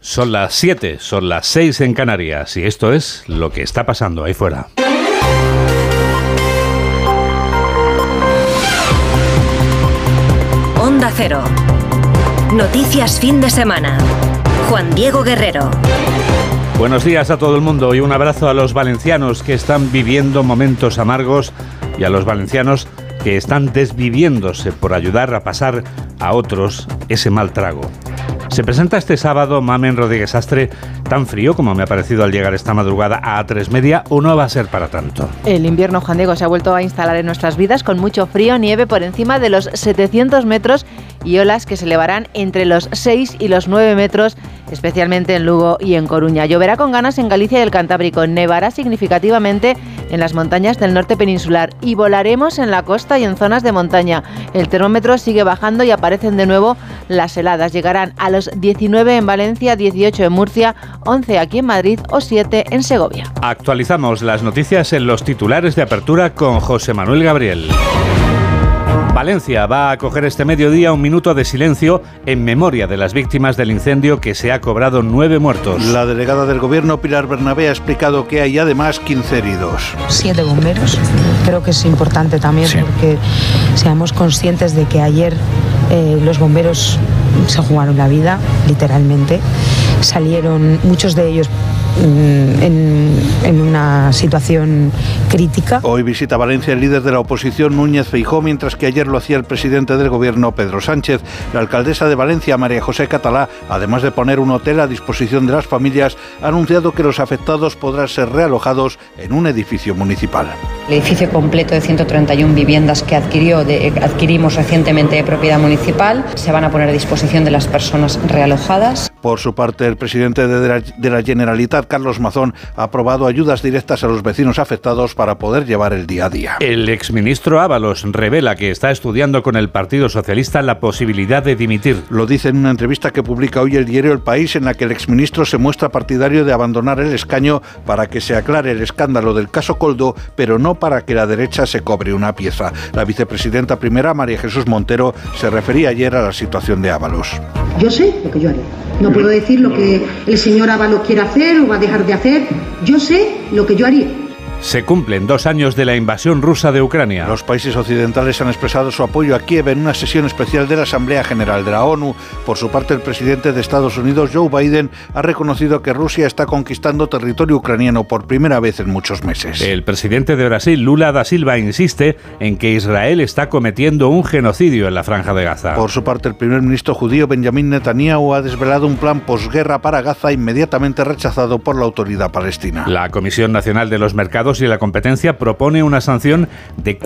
Son las 7, son las 6 en Canarias y esto es lo que está pasando ahí fuera. Onda Cero. Noticias fin de semana. Juan Diego Guerrero. Buenos días a todo el mundo y un abrazo a los valencianos que están viviendo momentos amargos y a los valencianos que están desviviéndose por ayudar a pasar a otros ese mal trago. Se presenta este sábado Mamen Rodríguez Astre, tan frío como me ha parecido al llegar esta madrugada a A3 o no va a ser para tanto. El invierno, Juan Diego, se ha vuelto a instalar en nuestras vidas con mucho frío, nieve por encima de los 700 metros y olas que se elevarán entre los 6 y los 9 metros, especialmente en Lugo y en Coruña. Lloverá con ganas en Galicia y el Cantábrico, nevará significativamente en las montañas del norte peninsular y volaremos en la costa y en zonas de montaña. El termómetro sigue bajando y aparecen de nuevo las heladas. Llegarán a los 19 en Valencia, 18 en Murcia, 11 aquí en Madrid o 7 en Segovia. Actualizamos las noticias en los titulares de apertura con José Manuel Gabriel. Valencia va a acoger este mediodía un minuto de silencio en memoria de las víctimas del incendio que se ha cobrado 9 muertos. La delegada del Gobierno, Pilar Bernabé, ha explicado que hay además 15 heridos. 7 bomberos. Creo que es importante también porque seamos conscientes de que ayer los bomberos se jugaron la vida, literalmente. Salieron muchos de ellos en una situación crítica. Hoy visita Valencia el líder de la oposición, Núñez Feijóo, mientras que ayer lo hacía el presidente del Gobierno, Pedro Sánchez. La alcaldesa de Valencia, María José Catalá, además de poner un hotel a disposición de las familias, ha anunciado que los afectados podrán ser realojados en un edificio municipal. El edificio completo de 131 viviendas que adquirimos recientemente de propiedad municipal se van a poner a disposición de las personas realojadas. Por su parte, el presidente de la Generalitat, Carlos Mazón, ha aprobado ayudas directas a los vecinos afectados para poder llevar el día a día. El exministro Ábalos revela que está estudiando con el Partido Socialista la posibilidad de dimitir. Lo dice en una entrevista que publica hoy el diario El País, en la que el exministro se muestra partidario de abandonar el escaño para que se aclare el escándalo del caso Koldo, pero no para que la derecha se cobre una pieza. La vicepresidenta primera, María Jesús Montero, se refería ayer a la situación de Ábalos. Yo sé lo que yo haré. No puedo decir lo que el señor Ábalos quiere hacer o va a dejar de hacer. Yo sé lo que yo haría. Se cumplen 2 años de la invasión rusa de Ucrania. Los países occidentales han expresado su apoyo a Kiev en una sesión especial de la Asamblea General de la ONU. Por su parte, el presidente de Estados Unidos, Joe Biden, ha reconocido que Rusia está conquistando territorio ucraniano por primera vez en muchos meses. El presidente de Brasil, Lula da Silva, insiste en que Israel está cometiendo un genocidio en la Franja de Gaza. Por su parte, el primer ministro judío, Benjamín Netanyahu, ha desvelado un plan posguerra para Gaza inmediatamente rechazado por la autoridad palestina. La Comisión Nacional de los Mercados y la Competencia propone una sanción de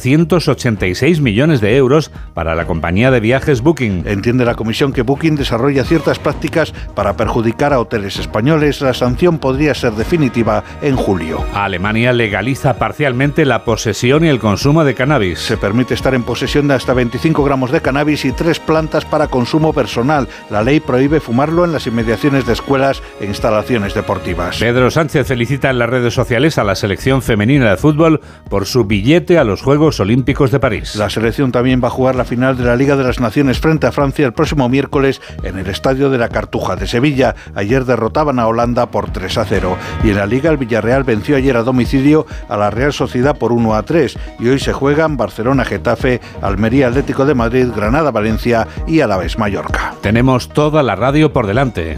486 millones de euros para la compañía de viajes Booking. Entiende la comisión que Booking desarrolla ciertas prácticas para perjudicar a hoteles españoles. La sanción podría ser definitiva en julio. Alemania legaliza parcialmente la posesión y el consumo de cannabis. Se permite estar en posesión de hasta 25 gramos de cannabis y 3 plantas para consumo personal. La ley prohíbe fumarlo en las inmediaciones de escuelas e instalaciones deportivas. Pedro Sánchez felicita en las redes sociales a la selección femenina de fútbol por su billete a los Juegos Olímpicos de París. La selección también va a jugar la final de la Liga de las Naciones frente a Francia el próximo miércoles en el Estadio de la Cartuja de Sevilla. Ayer derrotaban a Holanda por 3-0. Y en la Liga el Villarreal venció ayer a domicilio a la Real Sociedad por 1-3. Y hoy se juegan Barcelona-Getafe, Almería-Atlético de Madrid, Granada-Valencia y Alavés-Mallorca. Tenemos toda la radio por delante.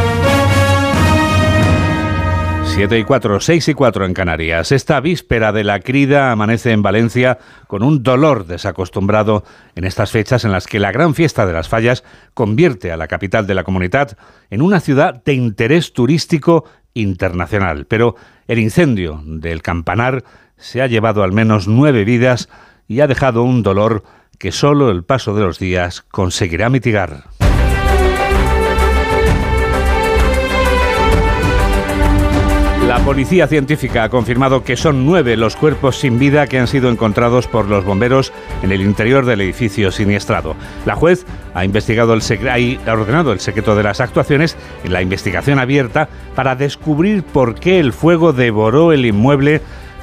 7:04, 6:04 en Canarias. Esta víspera de la crida amanece en Valencia con un dolor desacostumbrado en estas fechas en las que la gran fiesta de las Fallas convierte a la capital de la comunidad en una ciudad de interés turístico internacional. Pero el incendio del Campanar se ha llevado al menos 9 vidas y ha dejado un dolor que solo el paso de los días conseguirá mitigar. La policía científica ha confirmado que son 9 los cuerpos sin vida que han sido encontrados por los bomberos en el interior del edificio siniestrado. La juez ha ordenado el secreto de las actuaciones en la investigación abierta para descubrir por qué el fuego devoró el inmueble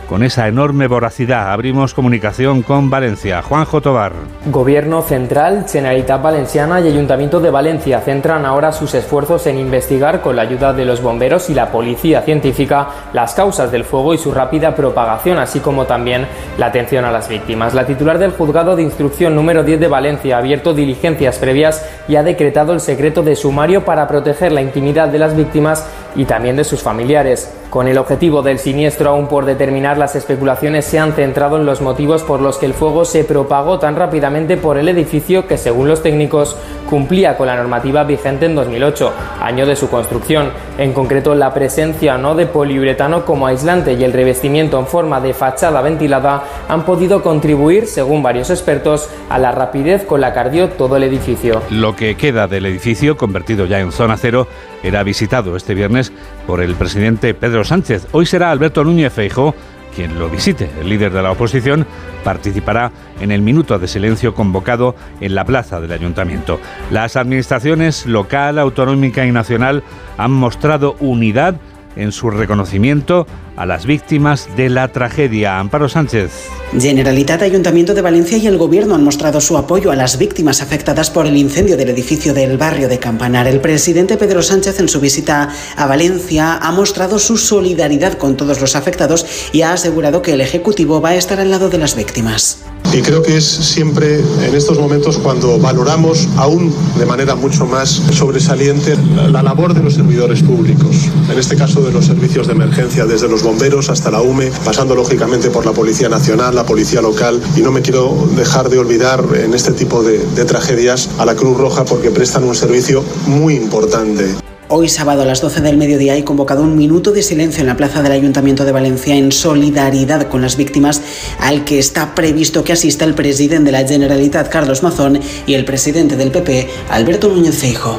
con esa enorme voracidad. Abrimos comunicación con Valencia. Juanjo Tobar. Gobierno central, Generalitat Valenciana y Ayuntamiento de Valencia centran ahora sus esfuerzos en investigar, con la ayuda de los bomberos y la policía científica, las causas del fuego y su rápida propagación, así como también la atención a las víctimas. La titular del Juzgado de Instrucción número 10 de Valencia ha abierto diligencias previas y ha decretado el secreto de sumario para proteger la intimidad de las víctimas y también de sus familiares. Con el objetivo del siniestro aún por determinar, las especulaciones se han centrado en los motivos por los que el fuego se propagó tan rápidamente por el edificio, que según los técnicos cumplía con la normativa vigente en 2008, año de su construcción. En concreto, la presencia no de poliuretano como aislante y el revestimiento en forma de fachada ventilada han podido contribuir, según varios expertos, a la rapidez con la que ardió todo el edificio. Lo que queda del edificio, convertido ya en zona cero, era visitado este viernes por el presidente Pedro Sánchez. Hoy será Alberto Núñez Feijóo quien lo visite. El líder de la oposición participará en el minuto de silencio convocado en la plaza del Ayuntamiento. Las administraciones local, autonómica y nacional han mostrado unidad en su reconocimiento a las víctimas de la tragedia. Amparo Sánchez. Generalitat, Ayuntamiento de Valencia y el Gobierno han mostrado su apoyo a las víctimas afectadas por el incendio del edificio del barrio de Campanar. El presidente Pedro Sánchez, en su visita a Valencia, ha mostrado su solidaridad con todos los afectados y ha asegurado que el Ejecutivo va a estar al lado de las víctimas. Y creo que es siempre en estos momentos cuando valoramos aún de manera mucho más sobresaliente la labor de los servidores públicos, en este caso de los servicios de emergencia, desde los bomberos hasta la UME, pasando lógicamente por la Policía Nacional, la Policía Local, y no me quiero dejar de olvidar en este tipo de tragedias a la Cruz Roja, porque prestan un servicio muy importante. Hoy sábado a las 12 del mediodía hay convocado un minuto de silencio en la plaza del Ayuntamiento de Valencia en solidaridad con las víctimas, al que está previsto que asista el presidente de la Generalitat, Carlos Mazón, y el presidente del PP, Alberto Núñez Feijóo.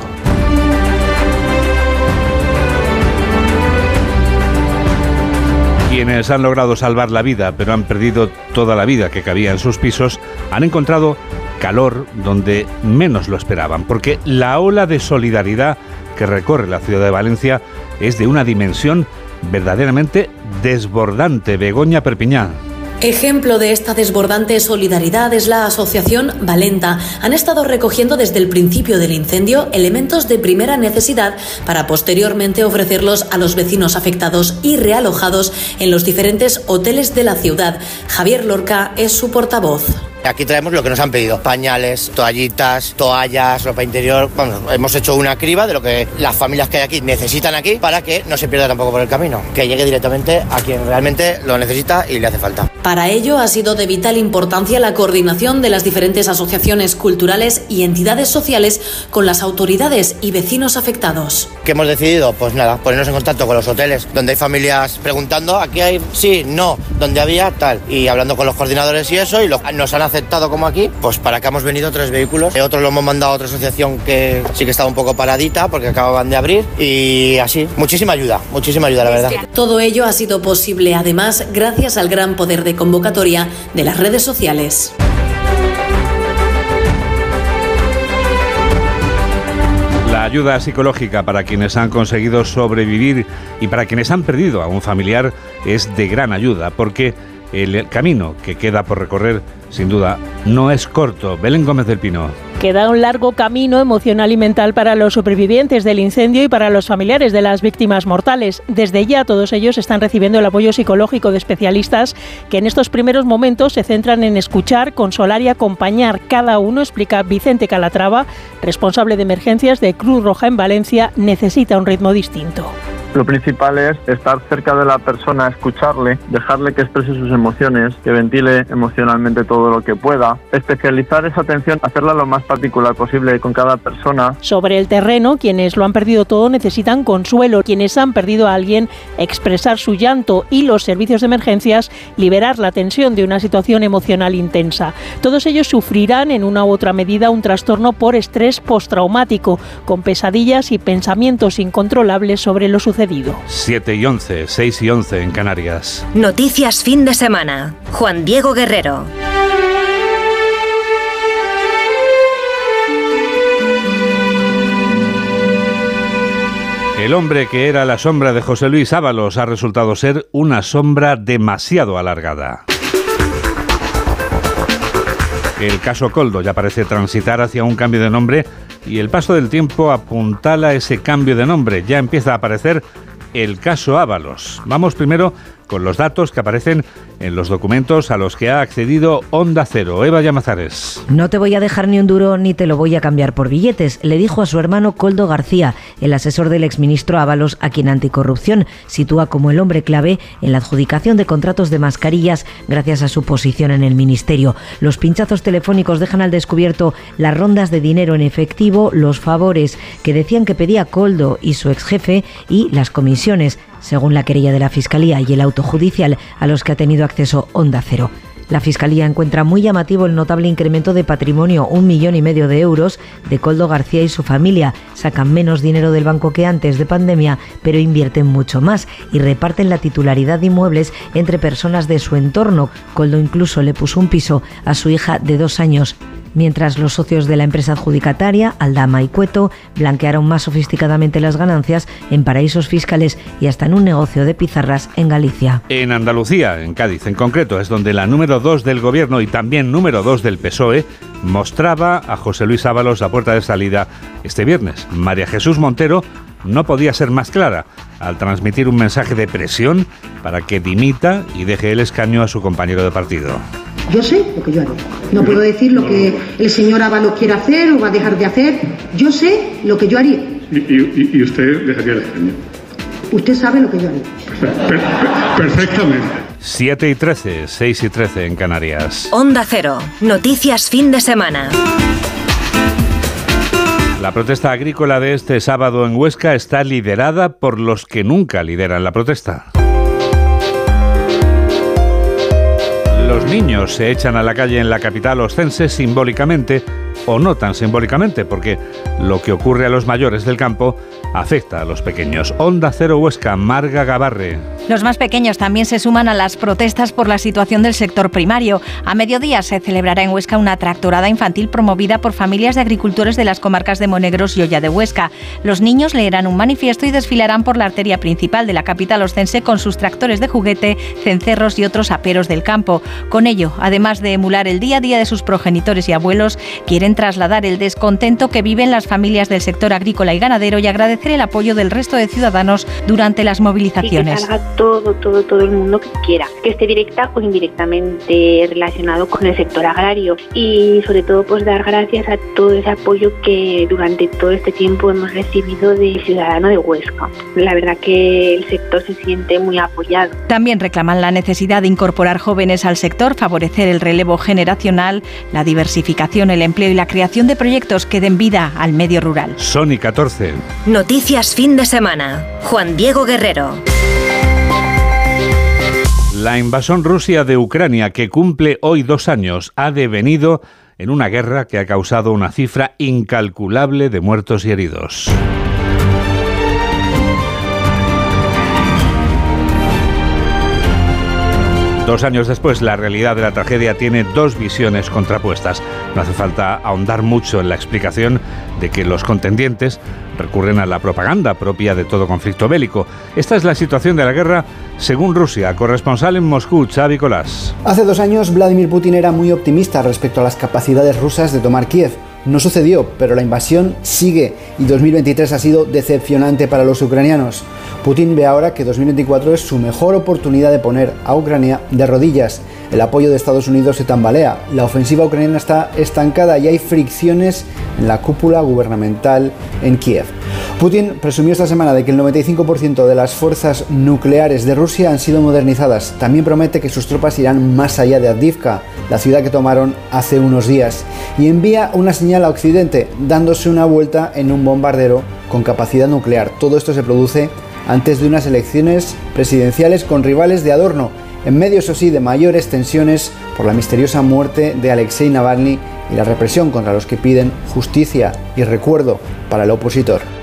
Quienes han logrado salvar la vida, pero han perdido toda la vida que cabía en sus pisos, han encontrado calor donde menos lo esperaban, porque la ola de solidaridad que recorre la ciudad de Valencia es de una dimensión verdaderamente desbordante. Begoña Perpiñán. Ejemplo de esta desbordante solidaridad es la asociación Valenta. Han estado recogiendo desde el principio del incendio elementos de primera necesidad para posteriormente ofrecerlos a los vecinos afectados y realojados en los diferentes hoteles de la ciudad. Javier Lorca es su portavoz. Aquí traemos lo que nos han pedido: pañales, toallitas, toallas, ropa interior. Vamos, hemos hecho una criba de lo que las familias que hay aquí necesitan aquí, para que no se pierda tampoco por el camino, que llegue directamente a quien realmente lo necesita y le hace falta. Para ello ha sido de vital importancia la coordinación de las diferentes asociaciones culturales y entidades sociales con las autoridades y vecinos afectados. ¿Qué hemos decidido? Pues nada, ponernos en contacto con los hoteles donde hay familias preguntando: aquí hay, sí, no, donde había tal, y hablando con los coordinadores y eso, y nos han aceptado como aquí. Pues para acá hemos venido 3 vehículos, otros lo hemos mandado a otra asociación que sí que estaba un poco paradita porque acababan de abrir, y así, muchísima ayuda la verdad. Todo ello ha sido posible además gracias al gran poder de convocatoria de las redes sociales. La ayuda psicológica para quienes han conseguido sobrevivir y para quienes han perdido a un familiar es de gran ayuda, porque el camino que queda por recorrer, sin duda, no es corto. Belén Gómez del Pino. Queda un largo camino emocional y mental para los supervivientes del incendio y para los familiares de las víctimas mortales. Desde ya todos ellos están recibiendo el apoyo psicológico de especialistas que en estos primeros momentos se centran en escuchar, consolar y acompañar. Cada uno, explica Vicente Calatrava, responsable de emergencias de Cruz Roja en Valencia, necesita un ritmo distinto. Lo principal es estar cerca de la persona, escucharle, dejarle que exprese sus emociones, que ventile emocionalmente todo lo que pueda, especializar esa atención, hacerla lo más particular posible con cada persona. Sobre el terreno, quienes lo han perdido todo necesitan consuelo, quienes han perdido a alguien, expresar su llanto, y los servicios de emergencias, liberar la tensión de una situación emocional intensa. Todos ellos sufrirán en una u otra medida un trastorno por estrés postraumático, con pesadillas y pensamientos incontrolables sobre lo sucedido. 7 y 11, 6 y 11 en Canarias. Noticias fin de semana. Juan Diego Guerrero. El El hombre que era la sombra de José Luis Ábalos ha resultado ser una sombra demasiado alargada. El caso Koldo ya parece transitar hacia un cambio de nombre y el paso del tiempo apuntala ese cambio de nombre. Ya empieza a aparecer el caso Ábalos. Vamos primero con los datos que aparecen en los documentos a los que ha accedido Onda Cero. Eva Llamazares. No te voy a dejar ni un duro ni te lo voy a cambiar por billetes, le dijo a su hermano Koldo García, el asesor del exministro Ábalos, a quien Anticorrupción sitúa como el hombre clave en la adjudicación de contratos de mascarillas gracias a su posición en el ministerio. Los pinchazos telefónicos dejan al descubierto las rondas de dinero en efectivo, los favores que decían que pedía Koldo y su exjefe y las comisiones, según la querella de la Fiscalía y el auto judicial a los que ha tenido acceso Onda Cero. La Fiscalía encuentra muy llamativo el notable incremento de patrimonio, 1,5 millones de euros, de Koldo García y su familia. Sacan menos dinero del banco que antes de pandemia, pero invierten mucho más y reparten la titularidad de inmuebles entre personas de su entorno. Koldo incluso le puso un piso a su hija de 2 años. Mientras los socios de la empresa adjudicataria, Aldama y Cueto, blanquearon más sofisticadamente las ganancias en paraísos fiscales y hasta en un negocio de pizarras en Galicia. En Andalucía, en Cádiz en concreto, es donde la número 2 del Gobierno y también número 2 del PSOE mostraba a José Luis Ábalos a puerta de salida este viernes. María Jesús Montero no podía ser más clara al transmitir un mensaje de presión para que dimita y deje el escaño a su compañero de partido. Yo sé lo que yo haré. No puedo decir lo que el señor Ábalos quiere hacer o va a dejar de hacer. Yo sé lo que yo haría. ¿Y usted dejaría el escaño? Usted sabe lo que yo haría. Perfectamente. 7:13, 6:13 en Canarias. Onda Cero. Noticias fin de semana. La protesta agrícola de este sábado en Huesca está liderada por los que nunca lideran la protesta. Los niños se echan a la calle en la capital oscense simbólicamente o no tan simbólicamente, porque lo que ocurre a los mayores del campo afecta a los pequeños. Onda Cero Huesca, Marga Gabarre. Los más pequeños también se suman a las protestas por la situación del sector primario. A mediodía se celebrará en Huesca una tractorada infantil promovida por familias de agricultores de las comarcas de Monegros y Olla de Huesca. Los niños leerán un manifiesto y desfilarán por la arteria principal de la capital oscense con sus tractores de juguete, cencerros y otros aperos del campo. Con ello, además de emular el día a día de sus progenitores y abuelos, quieren trasladar el descontento que viven las familias del sector agrícola y ganadero y agradecer el apoyo del resto de ciudadanos durante las movilizaciones. Y que salga todo el mundo que quiera, que esté directa o indirectamente relacionado con el sector agrario, y sobre todo pues dar gracias a todo ese apoyo que durante todo este tiempo hemos recibido del ciudadano de Huesca. La verdad que el sector se siente muy apoyado. También reclaman la necesidad de incorporar jóvenes al sector, favorecer el relevo generacional, la diversificación, el empleo y la creación de proyectos que den vida al medio rural. Sony 14. Noticias fin de semana. Juan Diego Guerrero. La invasión rusa de Ucrania, que cumple hoy 2 años, ha devenido en una guerra que ha causado una cifra incalculable de muertos y heridos. Dos años después, la realidad de la tragedia tiene 2 visiones contrapuestas. No hace falta ahondar mucho en la explicación de que los contendientes recurren a la propaganda propia de todo conflicto bélico. Esta es la situación de la guerra según Rusia. Corresponsal en Moscú, Xavi Colás. Hace 2 años, Vladimir Putin era muy optimista respecto a las capacidades rusas de tomar Kiev. No sucedió, pero la invasión sigue y 2023 ha sido decepcionante para los ucranianos. Putin ve ahora que 2024 es su mejor oportunidad de poner a Ucrania de rodillas. El apoyo de Estados Unidos se tambalea, la ofensiva ucraniana está estancada y hay fricciones en la cúpula gubernamental en Kiev. Putin presumió esta semana de que el 95% de las fuerzas nucleares de Rusia han sido modernizadas. También promete que sus tropas irán más allá de Avdiivka, la ciudad que tomaron hace unos días, y envía una señal a Occidente, dándose una vuelta en un bombardero con capacidad nuclear. Todo esto se produce antes de unas elecciones presidenciales con rivales de adorno, en medio, eso sí, de mayores tensiones por la misteriosa muerte de Alexei Navalny y la represión contra los que piden justicia y recuerdo para el opositor.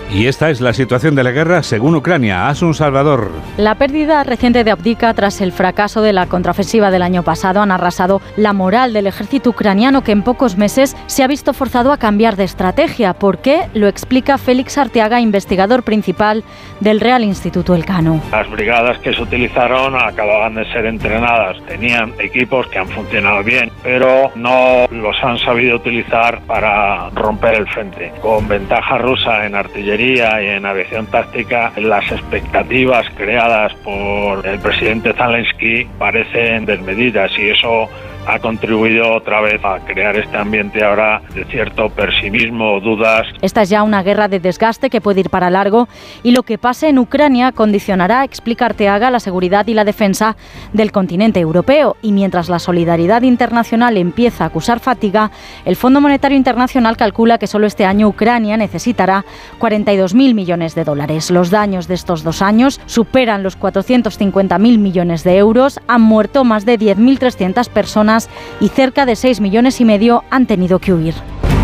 Y esta es la situación de la guerra según Ucrania. Asun Salvador. La pérdida reciente de Avdiivka tras el fracaso de la contraofensiva del año pasado han arrasado la moral del ejército ucraniano, que en pocos meses se ha visto forzado a cambiar de estrategia. ¿Por qué? Lo explica Félix Arteaga, investigador principal del Real Instituto Elcano. Las brigadas que se utilizaron acababan de ser entrenadas. Tenían equipos que han funcionado bien, pero no los han sabido utilizar para romper el frente. Con ventaja rusa en artillería y en aviación táctica, las expectativas creadas por el presidente Zelensky parecen desmedidas y eso ha contribuido otra vez a crear este ambiente ahora de cierto pesimismo, dudas. Esta es ya una guerra de desgaste que puede ir para largo y lo que pase en Ucrania condicionará, explica Arteaga, la seguridad y la defensa del continente europeo. Y mientras la solidaridad internacional empieza a acusar fatiga, el Fondo Monetario Internacional calcula que solo este año Ucrania necesitará 42.000 millones de dólares. Los daños de estos 2 años superan los 450.000 millones de euros, han muerto más de 10.300 personas y cerca de 6,5 millones han tenido que huir.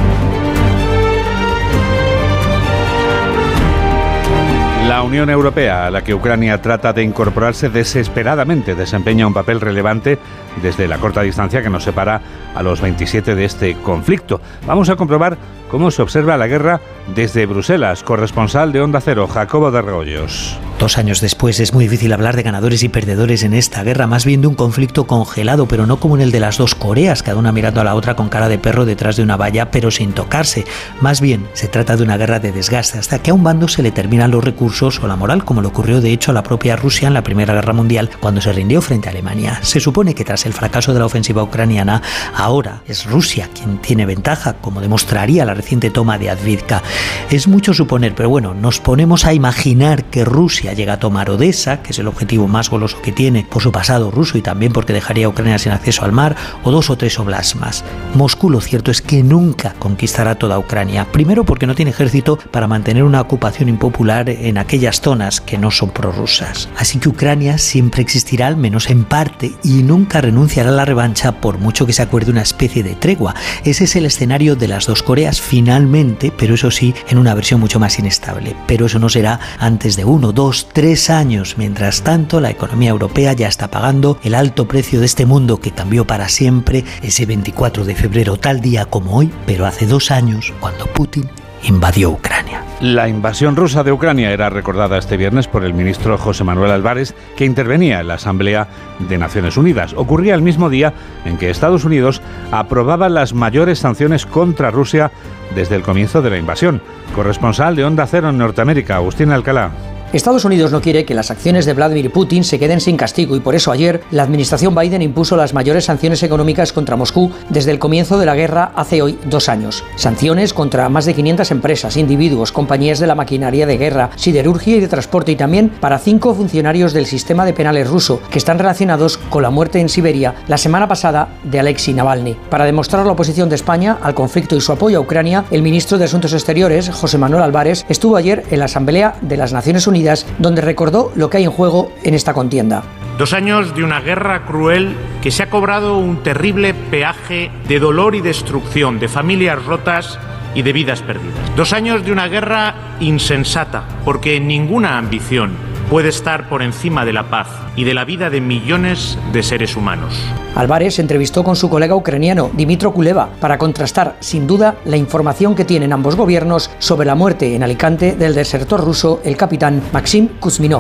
La Unión Europea, a la que Ucrania trata de incorporarse desesperadamente, desempeña un papel relevante desde la corta distancia que nos separa a los 27 de este conflicto. Vamos a comprobar cómo se observa la guerra desde Bruselas. Corresponsal de Onda Cero, Jacobo de Regoyos. 2 años después es muy difícil hablar de ganadores y perdedores en esta guerra, más bien de un conflicto congelado, pero no como en el de las 2 Coreas, cada una mirando a la otra con cara de perro detrás de una valla, pero sin tocarse. Más bien, se trata de una guerra de desgaste, hasta que a un bando se le terminan los recursos o la moral, como le ocurrió de hecho a la propia Rusia en la Primera Guerra Mundial, cuando se rindió frente a Alemania. Se supone que tras el fracaso de la ofensiva ucraniana, ahora es Rusia quien tiene ventaja, como demostraría la reciente toma de Avdiivka. Es mucho suponer, pero bueno, nos ponemos a imaginar que Rusia llega a tomar Odessa, que es el objetivo más goloso que tiene por su pasado ruso y también porque dejaría a Ucrania sin acceso al mar, o 2 o 3 oblasts más. Moscú, lo cierto es que nunca conquistará toda Ucrania, primero porque no tiene ejército para mantener una ocupación impopular en aquellas zonas que no son prorrusas. Así que Ucrania siempre existirá, al menos en parte, y nunca renunciará a la revancha por mucho que se acuerde una especie de tregua. Ese es el escenario de las 2 Coreas finalmente, pero eso sí, en una versión mucho más inestable. Pero eso no será antes de 1, 2, 3 años. Mientras tanto, la economía europea ya está pagando el alto precio de este mundo que cambió para siempre ese 24 de febrero, tal día como hoy, pero hace 2 años, cuando Putin invadió Ucrania. La invasión rusa de Ucrania era recordada este viernes por el ministro José Manuel Álvarez, que intervenía en la Asamblea de Naciones Unidas. Ocurría el mismo día en que Estados Unidos aprobaba las mayores sanciones contra Rusia desde el comienzo de la invasión. Corresponsal de Onda Cero en Norteamérica, Agustín Alcalá. Estados Unidos no quiere que las acciones de Vladimir Putin se queden sin castigo y por eso ayer la administración Biden impuso las mayores sanciones económicas contra Moscú desde el comienzo de la guerra hace hoy 2 años. Sanciones contra más de 500 empresas, individuos, compañías de la maquinaria de guerra, siderurgia y de transporte y también para 5 funcionarios del sistema de penales ruso que están relacionados con la muerte en Siberia la semana pasada de Alexei Navalny. Para demostrar la oposición de España al conflicto y su apoyo a Ucrania, el ministro de Asuntos Exteriores, José Manuel Álvarez, estuvo ayer en la Asamblea de las Naciones Unidas, donde recordó lo que hay en juego en esta contienda. 2 años de una guerra cruel que se ha cobrado un terrible peaje de dolor y destrucción, de familias rotas y de vidas perdidas. 2 años de una guerra insensata, porque ninguna ambición puede estar por encima de la paz y de la vida de millones de seres humanos. Álvarez se entrevistó con su colega ucraniano, Dmytro Kuleba, para contrastar, sin duda, la información que tienen ambos gobiernos sobre la muerte en Alicante del desertor ruso, el capitán Maxim Kuzminov.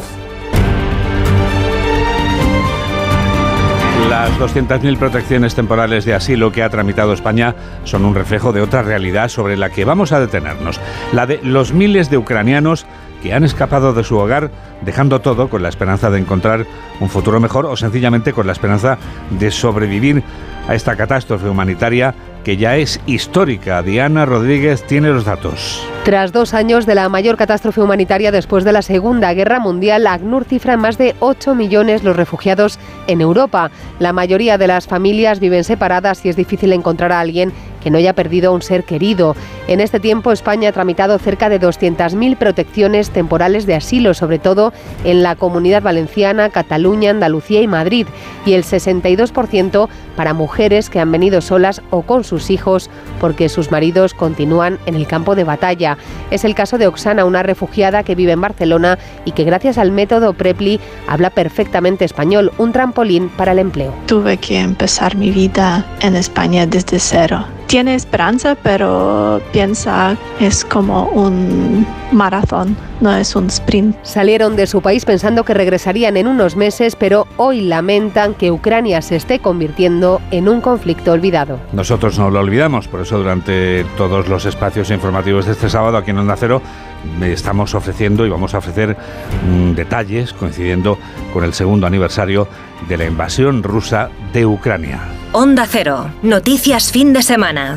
Las 200.000 protecciones temporales de asilo que ha tramitado España son un reflejo de otra realidad sobre la que vamos a detenernos, la de los miles de ucranianos que han escapado de su hogar, dejando todo con la esperanza de encontrar un futuro mejor o sencillamente con la esperanza de sobrevivir a esta catástrofe humanitaria que ya es histórica. Diana Rodríguez tiene los datos. Tras 2 años de la mayor catástrofe humanitaria después de la Segunda Guerra Mundial, ACNUR cifra en más de 8 millones los refugiados en Europa. La mayoría de las familias viven separadas y es difícil encontrar a alguien que no haya perdido a un ser querido. En este tiempo, España ha tramitado cerca de 200.000 protecciones temporales de asilo, sobre todo en la Comunidad Valenciana, Cataluña, Andalucía y Madrid, y el 62% para mujeres que han venido solas o con sus hijos porque sus maridos continúan en el campo de batalla. Es el caso de Oksana, una refugiada que vive en Barcelona y que gracias al método Preply habla perfectamente español, un trampolín para el empleo. Tuve que empezar mi vida en España desde cero. Tiene esperanza, pero piensa es como un maratón, no es un sprint. Salieron de su país pensando que regresarían en unos meses, pero hoy lamentan que Ucrania se esté convirtiendo en un conflicto olvidado. Nosotros no lo olvidamos, por eso durante todos los espacios informativos de este sábado aquí en Onda Cero estamos ofreciendo y vamos a ofrecer detalles coincidiendo con el segundo aniversario de la invasión rusa de Ucrania. Onda Cero, noticias fin de semana.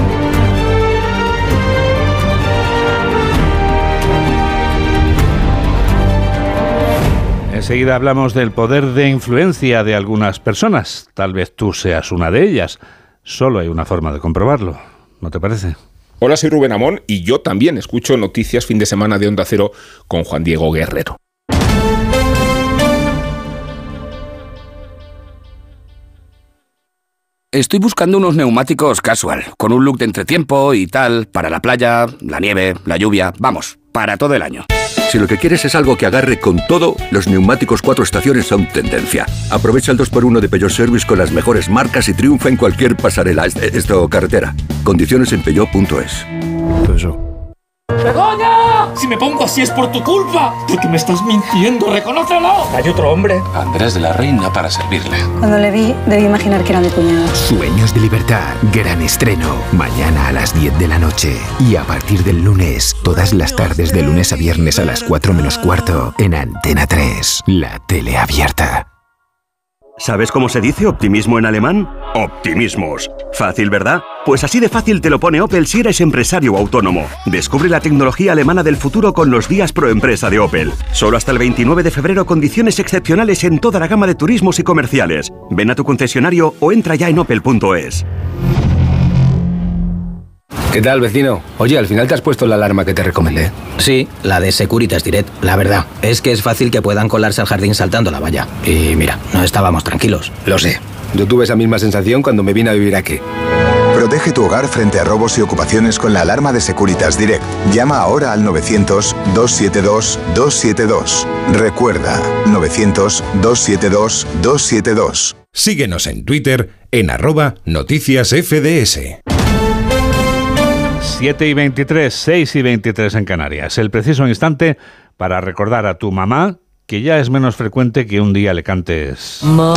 Enseguida hablamos del poder de influencia de algunas personas. Tal vez tú seas una de ellas. Solo hay una forma de comprobarlo, ¿no te parece? Hola, soy Rubén Amón y yo también escucho Noticias Fin de Semana de Onda Cero con Juan Diego Guerrero. Estoy buscando unos neumáticos casual, con un look de entretiempo y tal, para la playa, la nieve, la lluvia, vamos, para todo el año. Si lo que quieres es algo que agarre con todo, los neumáticos 4 estaciones son tendencia. Aprovecha el 2x1 de Peugeot Service con las mejores marcas y triunfa en cualquier pasarela, carretera. Condiciones en peugeot.es. ¡Begoña! Si me pongo así es por tu culpa. Porque me estás mintiendo, reconócelo. Hay otro hombre. Andrés de la Reina para servirle. Cuando le vi, debí imaginar que era mi cuñado. Sueños de libertad. Gran estreno. Mañana a las 10 de la noche. Y a partir del lunes, todas las tardes de lunes a viernes a las 4 menos cuarto. En Antena 3. La tele abierta. ¿Sabes cómo se dice optimismo en alemán? Optimismos. Fácil, ¿verdad? Pues así de fácil te lo pone Opel si eres empresario o autónomo. Descubre la tecnología alemana del futuro con los días pro empresa de Opel. Solo hasta el 29 de febrero condiciones excepcionales en toda la gama de turismos y comerciales. Ven a tu concesionario o entra ya en opel.es. ¿Qué tal, vecino? Oye, al final te has puesto la alarma que te recomendé. Sí, la de Securitas Direct. La verdad, es que es fácil que puedan colarse al jardín saltando la valla. Y mira, no estábamos tranquilos. Lo sé. Yo tuve esa misma sensación cuando me vine a vivir aquí. Protege tu hogar frente a robos y ocupaciones con la alarma de Securitas Direct. Llama ahora al 900-272-272. Recuerda, 900-272-272. Síguenos en Twitter en @noticiasfds. 7:23, 6:23 en Canarias. El preciso instante para recordar a tu mamá que ya es menos frecuente que un día le cantes: Mamá,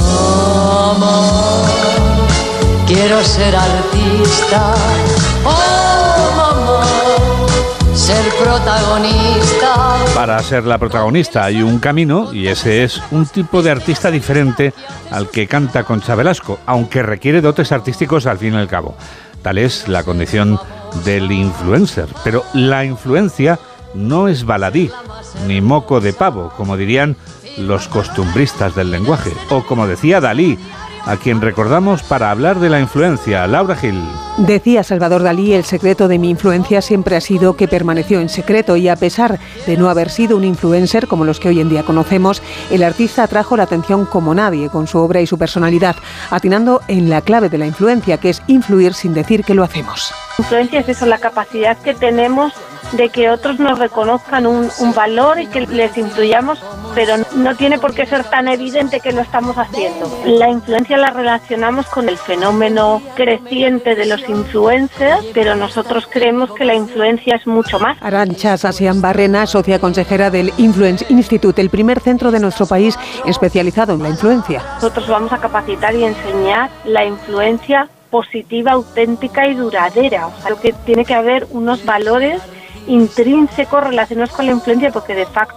quiero ser artista. Oh, mamá, ser protagonista. Para ser la protagonista hay un camino y ese es un tipo de artista diferente al que canta Concha Velasco, aunque requiere dotes artísticos al fin y al cabo. Tal es la condición del influencer, pero la influencia no es baladí, ni moco de pavo, como dirían los costumbristas del lenguaje, o como decía Dalí, a quien recordamos para hablar de la influencia. Laura Gil. Decía Salvador Dalí: el secreto de mi influencia siempre ha sido que permaneció en secreto, y a pesar de no haber sido un influencer como los que hoy en día conocemos, el artista atrajo la atención como nadie con su obra y su personalidad, atinando en la clave de la influencia, que es influir sin decir que lo hacemos. Influencia es eso, la capacidad que tenemos de que otros nos reconozcan un valor y que les influyamos, pero no tiene por qué ser tan evidente que lo estamos haciendo. La influencia la relacionamos con el fenómeno creciente de los influencers, pero nosotros creemos que la influencia es mucho más. Arantxa Sasian Barrena, socia consejera del Influence Institute, el primer centro de nuestro país especializado en la influencia. Nosotros vamos a capacitar y enseñar la influencia positiva, auténtica y duradera. O sea, que tiene que haber unos valores intrínsecos relacionados con la influencia, porque de facto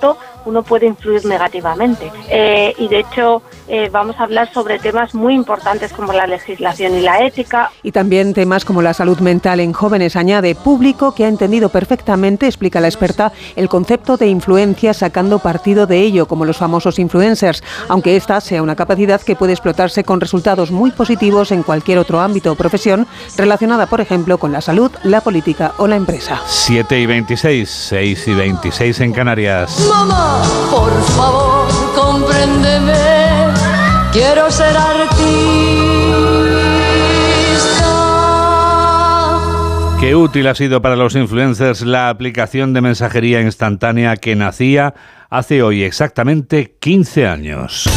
uno puede influir negativamente. Y de hecho vamos a hablar sobre temas muy importantes como la legislación y la ética. Y también temas como la salud mental en jóvenes. Añade, público que ha entendido perfectamente, explica la experta, el concepto de influencia sacando partido de ello, como los famosos influencers, aunque esta sea una capacidad que puede explotarse con resultados muy positivos en cualquier otro ámbito o profesión relacionada, por ejemplo, con la salud, la política o la empresa. 7:26, 6:26 en Canarias. Mamá, por favor, compréndeme, quiero ser artista. Qué útil ha sido para los influencers la aplicación de mensajería instantánea que nacía hace hoy exactamente 15 años.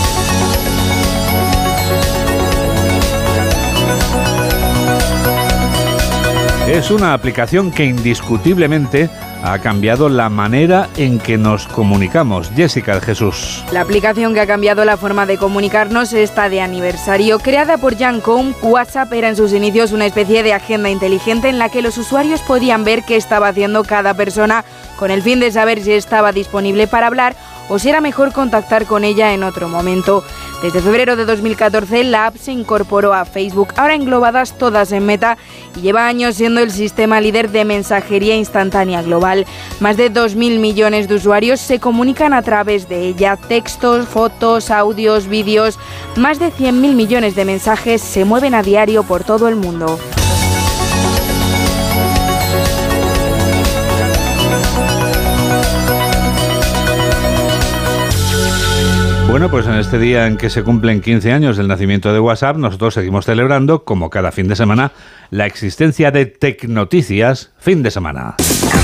Es una aplicación que indiscutiblemente ha cambiado la manera en que nos comunicamos. Jessica de Jesús. La aplicación que ha cambiado la forma de comunicarnos está de aniversario. Creada por Jan Koum, WhatsApp era en sus inicios una especie de agenda inteligente en la que los usuarios podían ver qué estaba haciendo cada persona con el fin de saber si estaba disponible para hablar o si era mejor contactar con ella en otro momento. Desde febrero de 2014 la app se incorporó a Facebook, ahora englobadas todas en Meta, y lleva años siendo el sistema líder de mensajería instantánea global. Más de 2.000 millones de usuarios se comunican a través de ella. Textos, fotos, audios, vídeos. Más de 100.000 millones de mensajes se mueven a diario por todo el mundo. Bueno, pues en este día en que se cumplen 15 años del nacimiento de WhatsApp, nosotros seguimos celebrando, como cada fin de semana, la existencia de Tecnoticias Fin de Semana.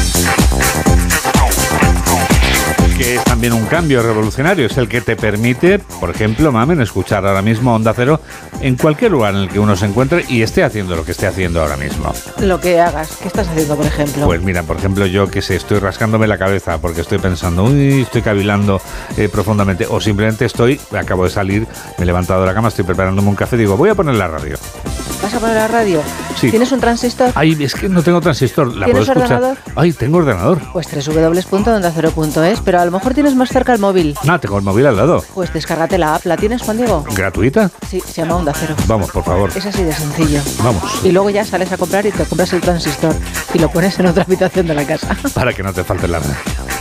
Que es también un cambio revolucionario, es el que te permite, por ejemplo, Mamen, escuchar ahora mismo Onda Cero en cualquier lugar en el que uno se encuentre y esté haciendo lo que esté haciendo ahora mismo. Lo que hagas. ¿Qué estás haciendo, por ejemplo? Pues mira, por ejemplo, yo que sé, estoy rascándome la cabeza porque estoy pensando, estoy cavilando profundamente, o simplemente acabo de salir, me he levantado de la cama, estoy preparándome un café y digo, voy a poner la radio. ¿Vas a poner la radio? Sí. ¿Tienes un transistor? Ay, es que no tengo transistor. ¿La puedo escuchar? ¿Ordenador? Ay, tengo ordenador. Pues www.ondacero.es, pero a lo mejor tienes más cerca el móvil. Tengo el móvil al lado. Pues descárgate la app. ¿La tienes, Juan Diego? ¿Gratuita? Sí, se llama Onda Cero. Vamos, por favor. Es así de sencillo. Vamos. Y luego ya sales a comprar y te compras el transistor y lo pones en otra habitación de la casa. Para que no te falte la red.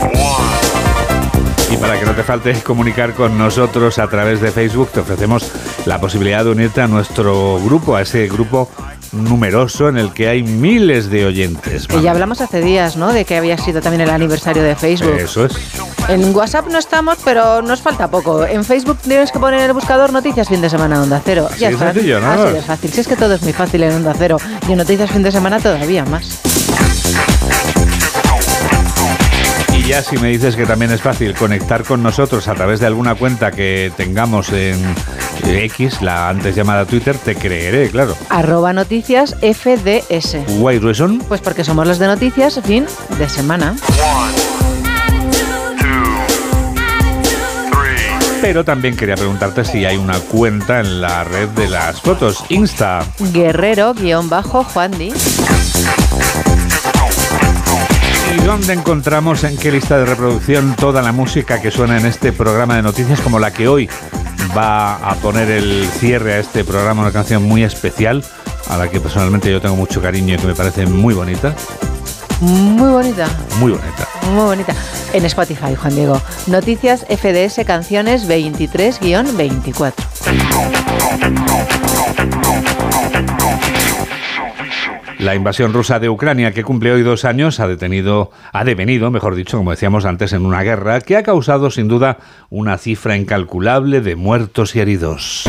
Y para que no te falte comunicar con nosotros a través de Facebook, te ofrecemos la posibilidad de unirte a nuestro grupo, a ese grupo numeroso en el que hay miles de oyentes. Y ya hablamos hace días, ¿no?, de que había sido también el aniversario de Facebook. Eso es. En WhatsApp no estamos, pero nos falta poco. En Facebook tienes que poner en el buscador Noticias Fin de Semana Onda Cero. Así es sencillo, ¿no? Así de fácil. Si es que todo es muy fácil en Onda Cero. Y en Noticias Fin de Semana todavía más. Y ya si me dices que también es fácil conectar con nosotros a través de alguna cuenta que tengamos en X, la antes llamada Twitter, te creeré, claro. @noticias FDS. ¿Why reason? Pues porque somos los de Noticias Fin de Semana. Pero también quería preguntarte si hay una cuenta en la red de las fotos, Insta. Guerrero_Juandi. ¿Y dónde encontramos, en qué lista de reproducción, toda la música que suena en este programa de noticias, como la que hoy va a poner el cierre a este programa, una canción muy especial, a la que personalmente yo tengo mucho cariño y que me parece muy bonita? Muy bonita. Muy bonita. Muy bonita. En Spotify, Juan Diego. Noticias FDS Canciones 23-24. La invasión rusa de Ucrania, que cumple hoy 2 años, ha devenido, mejor dicho, como decíamos antes, en una guerra que ha causado sin duda una cifra incalculable de muertos y heridos.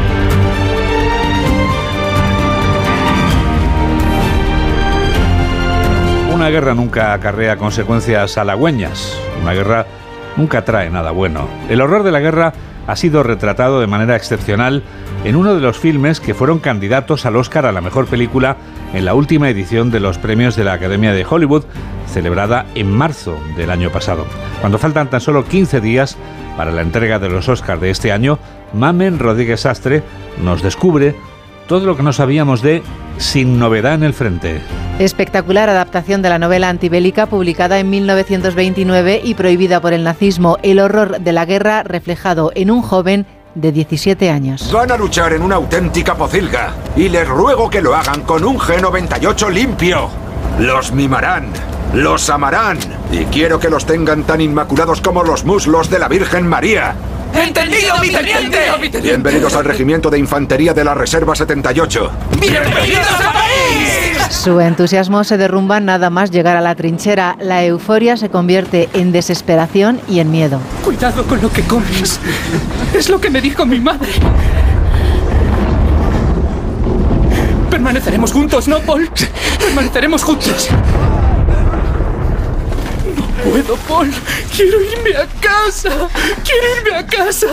Una guerra nunca acarrea consecuencias halagüeñas. Una guerra nunca trae nada bueno. El horror de la guerra ha sido retratado de manera excepcional en uno de los filmes que fueron candidatos al Oscar a la mejor película en la última edición de los premios de la Academia de Hollywood, celebrada en marzo del año pasado. Cuando faltan tan solo 15 días para la entrega de los Oscars de este año, Mamen Rodríguez Sastre nos descubre todo lo que no sabíamos de Sin novedad en el frente. Espectacular adaptación de la novela antibélica publicada en 1929 y prohibida por el nazismo. El horror de la guerra reflejado en un joven de 17 años. Van a luchar en una auténtica pocilga y les ruego que lo hagan con un G98 limpio. Los mimarán, los amarán y quiero que los tengan tan inmaculados como los muslos de la Virgen María. ¡Entendido, mi teniente! Bienvenidos al Regimiento de Infantería de la Reserva 78. ¡Bienvenidos al país! Su entusiasmo se derrumba nada más llegar a la trinchera. La euforia se convierte en desesperación y en miedo. Cuidado con lo que comes. Es lo que me dijo mi madre. Permaneceremos juntos, ¿no, Paul? Permaneceremos juntos. No puedo, Paul. Quiero irme a casa. Quiero irme a casa.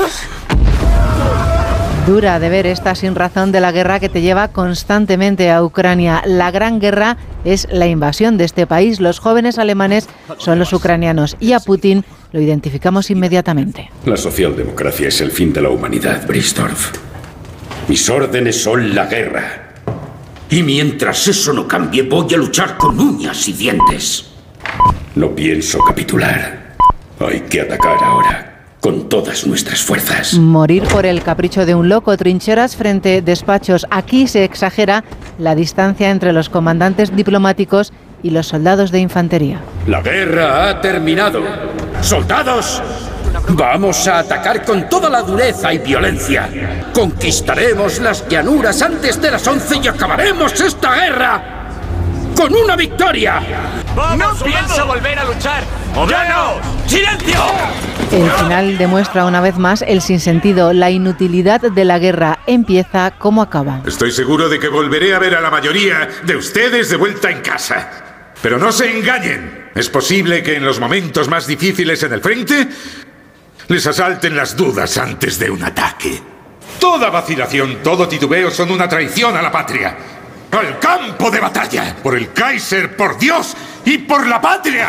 Dura de ver esta sinrazón de la guerra que te lleva constantemente a Ucrania. La gran guerra es la invasión de este país. Los jóvenes alemanes son los ucranianos y a Putin lo identificamos inmediatamente. La socialdemocracia es el fin de la humanidad, Brinsdorf. Mis órdenes son la guerra. Y mientras eso no cambie, voy a luchar con uñas y dientes. No pienso capitular. Hay que atacar ahora. Con todas nuestras fuerzas. Morir por el capricho de un loco. Trincheras frente despachos. Aquí se exagera la distancia entre los comandantes diplomáticos y los soldados de infantería. La guerra ha terminado. ¡Soldados! Vamos a atacar con toda la dureza y violencia. Conquistaremos las llanuras antes de las 11 y acabaremos esta guerra con una victoria. ¡No pienso volver a luchar! ¡Obreros! ¡Silencio! El final demuestra una vez más el sinsentido, la inutilidad de la guerra. Empieza como acaba. Estoy seguro de que volveré a ver a la mayoría de ustedes de vuelta en casa. Pero no se engañen. Es posible que en los momentos más difíciles en el frente les asalten las dudas antes de un ataque. Toda vacilación, todo titubeo son una traición a la patria. ¡Al campo de batalla! ¡Por el Kaiser, por Dios y por la patria!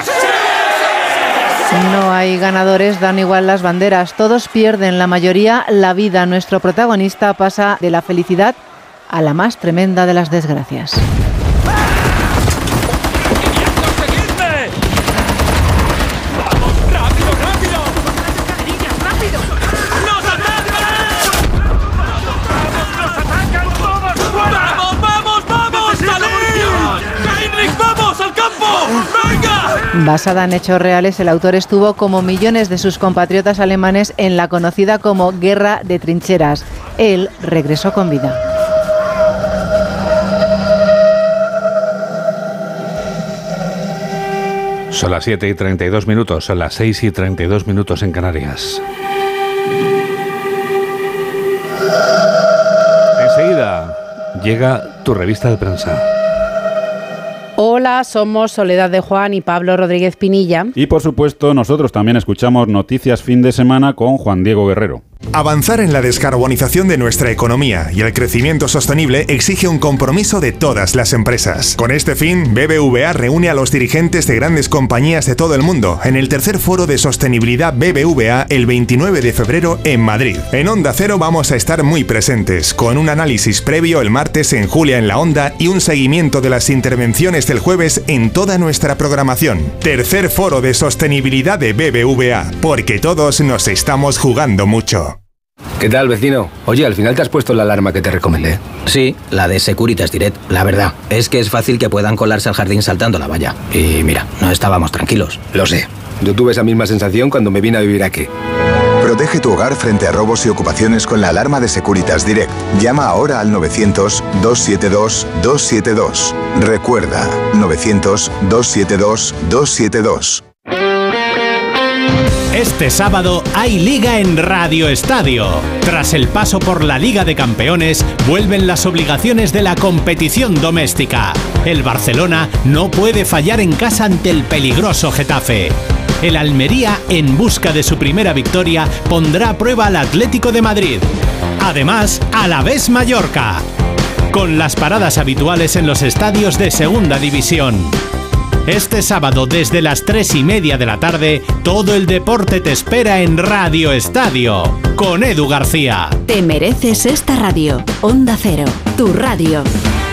No hay ganadores, dan igual las banderas. Todos pierden, la mayoría, la vida. Nuestro protagonista pasa de la felicidad a la más tremenda de las desgracias. Basada en hechos reales, el autor estuvo, como millones de sus compatriotas alemanes, en la conocida como Guerra de Trincheras. Él regresó con vida. Son las 7:32, son las 6:32 en Canarias. Enseguida llega tu revista de prensa. Hola, somos Soledad de Juan y Pablo Rodríguez Pinilla. Y por supuesto, nosotros también escuchamos Noticias Fin de Semana con Juan Diego Guerrero. Avanzar en la descarbonización de nuestra economía y el crecimiento sostenible exige un compromiso de todas las empresas. Con este fin, BBVA reúne a los dirigentes de grandes compañías de todo el mundo en el tercer foro de sostenibilidad BBVA el 29 de febrero en Madrid. En Onda Cero vamos a estar muy presentes, con un análisis previo el martes en Julia en la Onda y un seguimiento de las intervenciones del jueves en toda nuestra programación. Tercer foro de sostenibilidad de BBVA, porque todos nos estamos jugando mucho. ¿Qué tal, vecino? Oye, al final te has puesto la alarma que te recomendé. Sí, la de Securitas Direct. La verdad, es que es fácil que puedan colarse al jardín saltando la valla. Y mira, no estábamos tranquilos. Lo sé. Yo tuve esa misma sensación cuando me vine a vivir aquí. Protege tu hogar frente a robos y ocupaciones con la alarma de Securitas Direct. Llama ahora al 900-272-272. Recuerda, 900-272-272. Este sábado hay Liga en Radio Estadio. Tras el paso por la Liga de Campeones, vuelven las obligaciones de la competición doméstica. El Barcelona no puede fallar en casa ante el peligroso Getafe. El Almería, en busca de su primera victoria, pondrá a prueba al Atlético de Madrid. Además, Alavés Mallorca, con las paradas habituales en los estadios de Segunda División. Este sábado, desde las 3:30 de la tarde, todo el deporte te espera en Radio Estadio, con Edu García. Te mereces esta radio. Onda Cero, tu radio.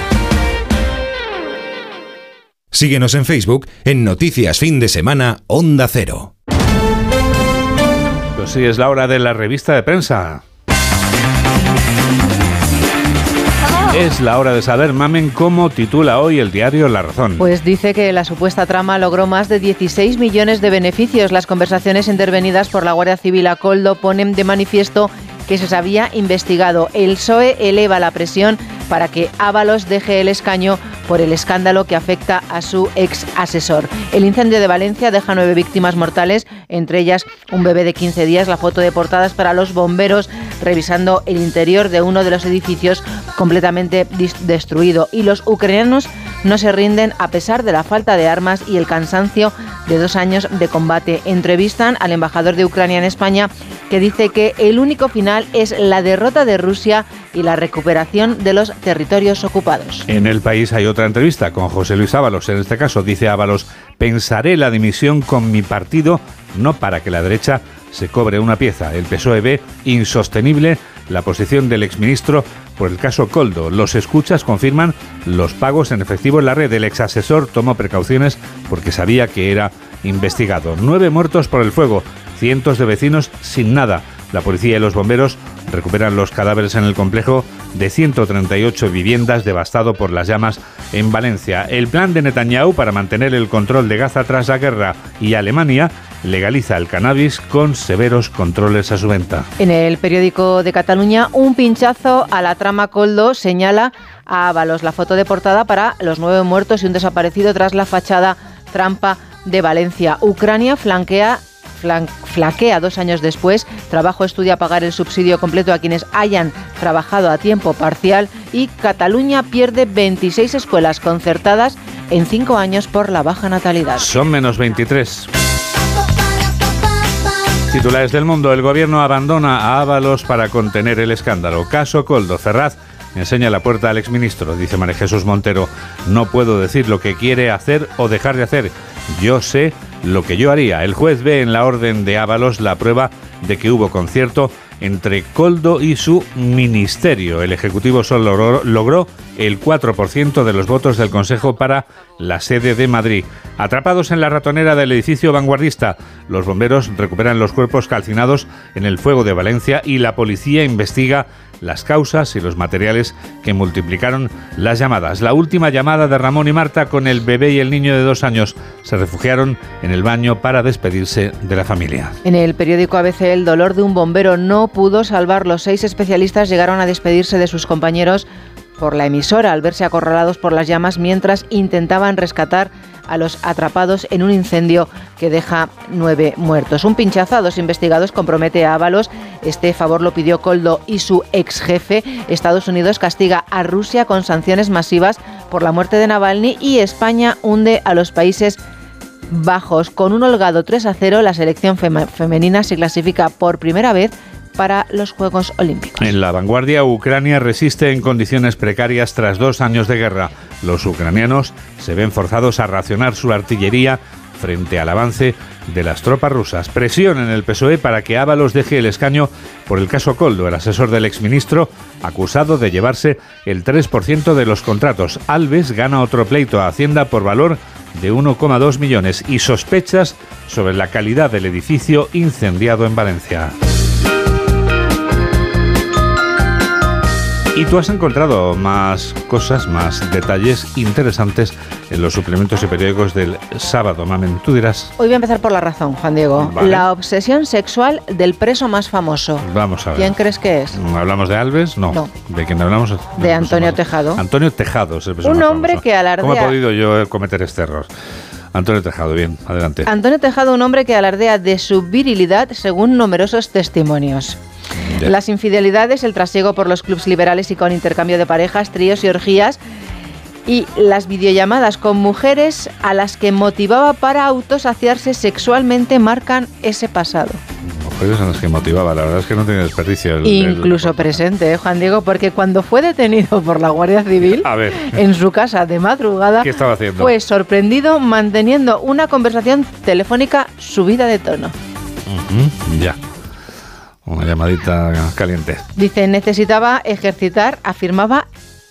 Síguenos en Facebook en Noticias Fin de Semana Onda Cero. Pues sí, es la hora de la revista de prensa. Es la hora de saber, Mamen, cómo titula hoy el diario La Razón. Pues dice que la supuesta trama logró más de 16 millones de beneficios. Las conversaciones intervenidas por la Guardia Civil a Koldo ponen de manifiesto que se había investigado. El PSOE eleva la presión para que Ábalos deje el escaño por el escándalo que afecta a su ex asesor. El incendio de Valencia deja 9 víctimas mortales, entre ellas un bebé de 15 días. La foto de portada es para los bomberos revisando el interior de uno de los edificios completamente destruido. Y los ucranianos no se rinden a pesar de la falta de armas y el cansancio de 2 años de combate. Entrevistan al embajador de Ucrania en España, que dice que el único final es la derrota de Rusia y la recuperación de los territorios ocupados. En El País hay otra entrevista con José Luis Ábalos. En este caso dice Ábalos: pensaré la dimisión con mi partido, no para que la derecha se cobre una pieza. El PSOE ve insostenible la posición del exministro por el caso Koldo. Los escuchas confirman los pagos en efectivo en la red. El exasesor tomó precauciones porque sabía que era investigado. 9 muertos por el fuego, cientos de vecinos sin nada. La policía y los bomberos recuperan los cadáveres en el complejo de 138 viviendas devastado por las llamas en Valencia. El plan de Netanyahu para mantener el control de Gaza tras la guerra, y Alemania legaliza el cannabis con severos controles a su venta. En el periódico de Cataluña, un pinchazo a la trama Koldo señala a Ábalos. La foto de portada para los 9 muertos y un desaparecido tras la fachada trampa de Valencia. Ucrania flaquea 2 años después. Trabajo estudia pagar el subsidio completo a quienes hayan trabajado a tiempo parcial, y Cataluña pierde 26 escuelas concertadas en 5 años por la baja natalidad. Son menos 23. Titulares del Mundo: el gobierno abandona a Ábalos para contener el escándalo. Caso Koldo. Ferraz enseña la puerta al exministro. Dice María Jesús Montero: no puedo decir lo que quiere hacer o dejar de hacer. Yo sé lo que yo haría. El juez ve en la orden de Ábalos la prueba de que hubo concierto entre Koldo y su ministerio. El Ejecutivo solo logró el 4% de los votos del Consejo para la sede de Madrid. Atrapados en la ratonera del edificio vanguardista, los bomberos recuperan los cuerpos calcinados en el fuego de Valencia y la policía investiga las causas y los materiales que multiplicaron las llamadas. La última llamada de Ramón y Marta con el bebé y el niño de 2 años. Se refugiaron en el baño para despedirse de la familia. En el periódico ABC, el dolor de un bombero no pudo salvar. Los 6 especialistas llegaron a despedirse de sus compañeros por la emisora al verse acorralados por las llamas mientras intentaban rescatar a los atrapados en un incendio que deja 9 muertos. Un pinchazo a 2 investigados compromete a Ábalos. Este favor lo pidió Koldo y su ex jefe. Estados Unidos castiga a Rusia con sanciones masivas por la muerte de Navalny, y España hunde a los Países Bajos. Con un holgado 3-0, la selección femenina se clasifica por primera vez para los Juegos Olímpicos. En La Vanguardia, Ucrania resiste en condiciones precarias tras 2 años de guerra. Los ucranianos se ven forzados a racionar su artillería frente al avance de las tropas rusas. Presión en el PSOE para que Ábalos deje el escaño por el caso Koldo, el asesor del exministro acusado de llevarse el 3% de los contratos. Alves gana otro pleito a Hacienda por valor de 1,2 millones y sospechas sobre la calidad del edificio incendiado en Valencia. Y tú has encontrado más cosas, más detalles interesantes en los suplementos y periódicos del sábado, Mamen. Tú dirás. Hoy voy a empezar por La Razón, Juan Diego. Vale. La obsesión sexual del preso más famoso. Vamos a ver. ¿Quién crees que es? ¿Hablamos de Alves? No. ¿De quién hablamos? De Antonio Tejado. Antonio Tejado es el preso Un más hombre famoso. que alardea... ¿Cómo he podido yo cometer este error? Antonio Tejado, bien, adelante. Antonio Tejado, un hombre que alardea de su virilidad según numerosos testimonios. Ya. Las infidelidades, el trasiego por los clubs liberales y con intercambio de parejas, tríos y orgías, y las videollamadas con mujeres a las que motivaba para autosaciarse sexualmente marcan ese pasado. Mujeres en las que motivaba, la verdad es que no tiene desperdicio. Incluso presente, Juan Diego, porque cuando fue detenido por la Guardia Civil en su casa de madrugada, ¿qué estaba haciendo? Fue sorprendido manteniendo una conversación telefónica subida de tono. Ya. Una llamadita caliente. Dice, necesitaba ejercitar, afirmaba,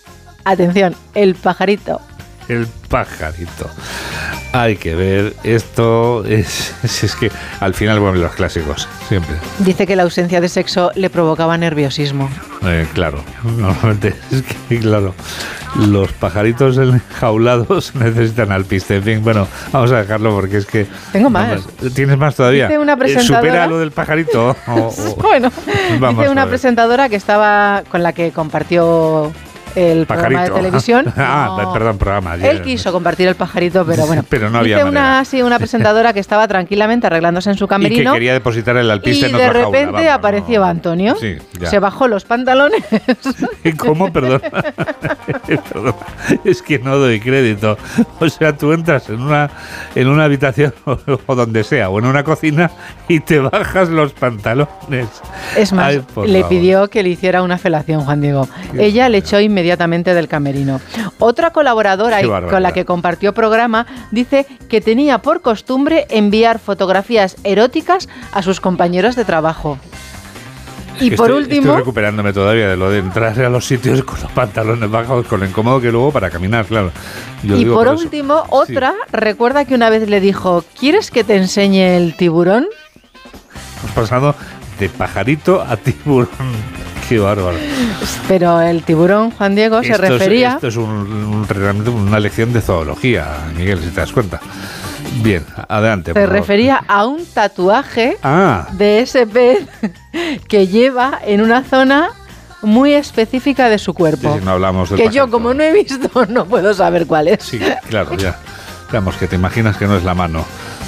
Atención, el pajarito. El pajarito. Hay que ver, esto es que al final vuelven los clásicos, siempre. Dice que la ausencia de sexo le provocaba nerviosismo. Claro, normalmente es que, claro, los pajaritos enjaulados necesitan alpiste. En fin, bueno, vamos a dejarlo porque es que... Tengo más. ¿Tienes más todavía? Dice una presentadora... ¿Supera lo del pajarito? Bueno, dice una presentadora que estaba con la que compartió... el pajarito. Programa de televisión. Perdón, programa. Él quiso compartir el pajarito, pero bueno. Pero no había manera. Una presentadora que estaba tranquilamente arreglándose en su camerino. Y que quería depositar el alpiste en otra jaula. Y de repente apareció Antonio. Sí, se bajó los pantalones. ¿Cómo? Perdón. Perdón. Es que no doy crédito. O sea, tú entras en una habitación o donde sea, o en una cocina y te bajas los pantalones. Es más, le pidió que le hiciera una felación, Juan Diego. Ella le echó inmediatamente del camerino. Otra colaboradora con la que compartió programa dice que tenía por costumbre enviar fotografías eróticas a sus compañeros de trabajo. Y por último... Estoy recuperándome todavía de lo de entrar a los sitios con los pantalones bajos, con lo incómodo que luego para caminar, claro. Y por último, otra recuerda que una vez le dijo, ¿quieres que te enseñe el tiburón? Hemos pasado de pajarito a tiburón. Qué bárbaro. Pero el tiburón, Juan Diego, se refería... Esto es realmente una lección de zoología, Miguel, si te das cuenta. Bien, adelante. Se refería a un tatuaje de ese pez que lleva en una zona muy específica de su cuerpo. Sí, no hablamos del que pajarito. Yo, como no he visto, no puedo saber cuál es. Sí, claro, ya. Vamos, que te imaginas que no es la mano.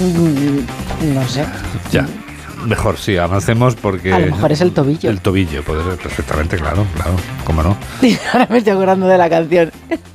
No sé. Ya. Mejor, sí, avancemos porque... A lo mejor es el tobillo. El tobillo, puede ser perfectamente, claro, cómo no. Ahora me estoy acordando de la canción.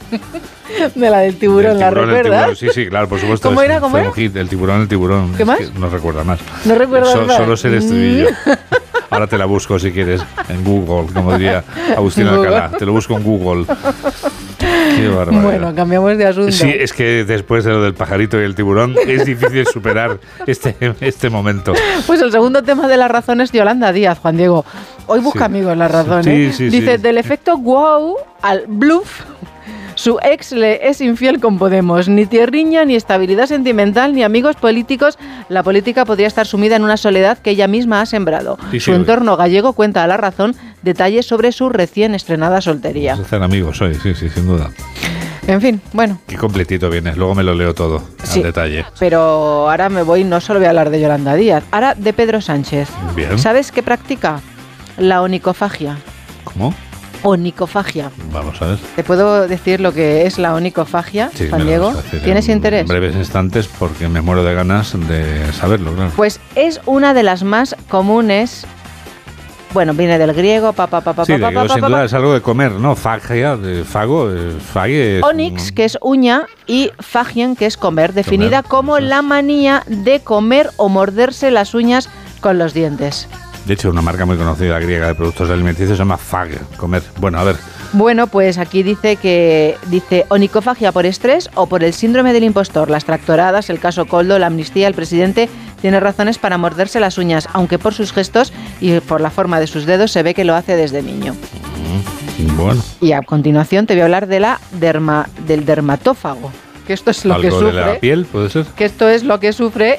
De la del tiburón, ¿la recuerdas? Sí, claro, por supuesto. ¿Cómo era? Fue un hit, el tiburón. ¿Qué más? No recuerda más. No recuerdo más. Solo sé el estribillo. Ahora te la busco si quieres, en Google, como diría Agustín Alcalá. Te lo busco en Google. Qué barbaridad. Bueno, cambiamos de asunto. Sí, es que después de lo del pajarito y el tiburón es difícil superar este momento. Pues el segundo tema de La Razón es Yolanda Díaz, Juan Diego. Hoy busca amigos La Razón. Dice, del efecto wow al bluff, su ex le es infiel con Podemos. Ni tierriña, ni estabilidad sentimental, ni amigos políticos. La política podría estar sumida en una soledad que ella misma ha sembrado. Su entorno gallego cuenta a La Razón detalles sobre su recién estrenada soltería. Hacen amigos hoy, sí, sin duda. En fin, bueno. Qué completito vienes, luego me lo leo todo, al detalle. Pero ahora me voy, no solo voy a hablar de Yolanda Díaz, ahora de Pedro Sánchez. Bien. ¿Sabes qué practica? La onicofagia. ¿Cómo? Onicofagia. Vamos a ver. ¿Te puedo decir lo que es la onicofagia, Juan Diego? ¿Tienes interés? En breves instantes, porque me muero de ganas de saberlo, claro. Pues es una de las más comunes. Bueno, viene del griego, sin duda es algo de comer, ¿no? Fagia, de fago, fague. Onix, que es uña, y fagien, que es comer, definida como la manía de comer o morderse las uñas con los dientes. De hecho, una marca muy conocida griega de productos alimenticios se llama fag, comer. Bueno, a ver. Bueno, pues aquí dice onicofagia por estrés o por el síndrome del impostor, las tractoradas, el caso Koldo, la amnistía, el presidente tiene razones para morderse las uñas, aunque por sus gestos y por la forma de sus dedos se ve que lo hace desde niño. Bueno. Y a continuación te voy a hablar de del dermatófago. Que esto es lo que sufre. ¿Algo de la piel, puede ser? Que esto es lo que sufre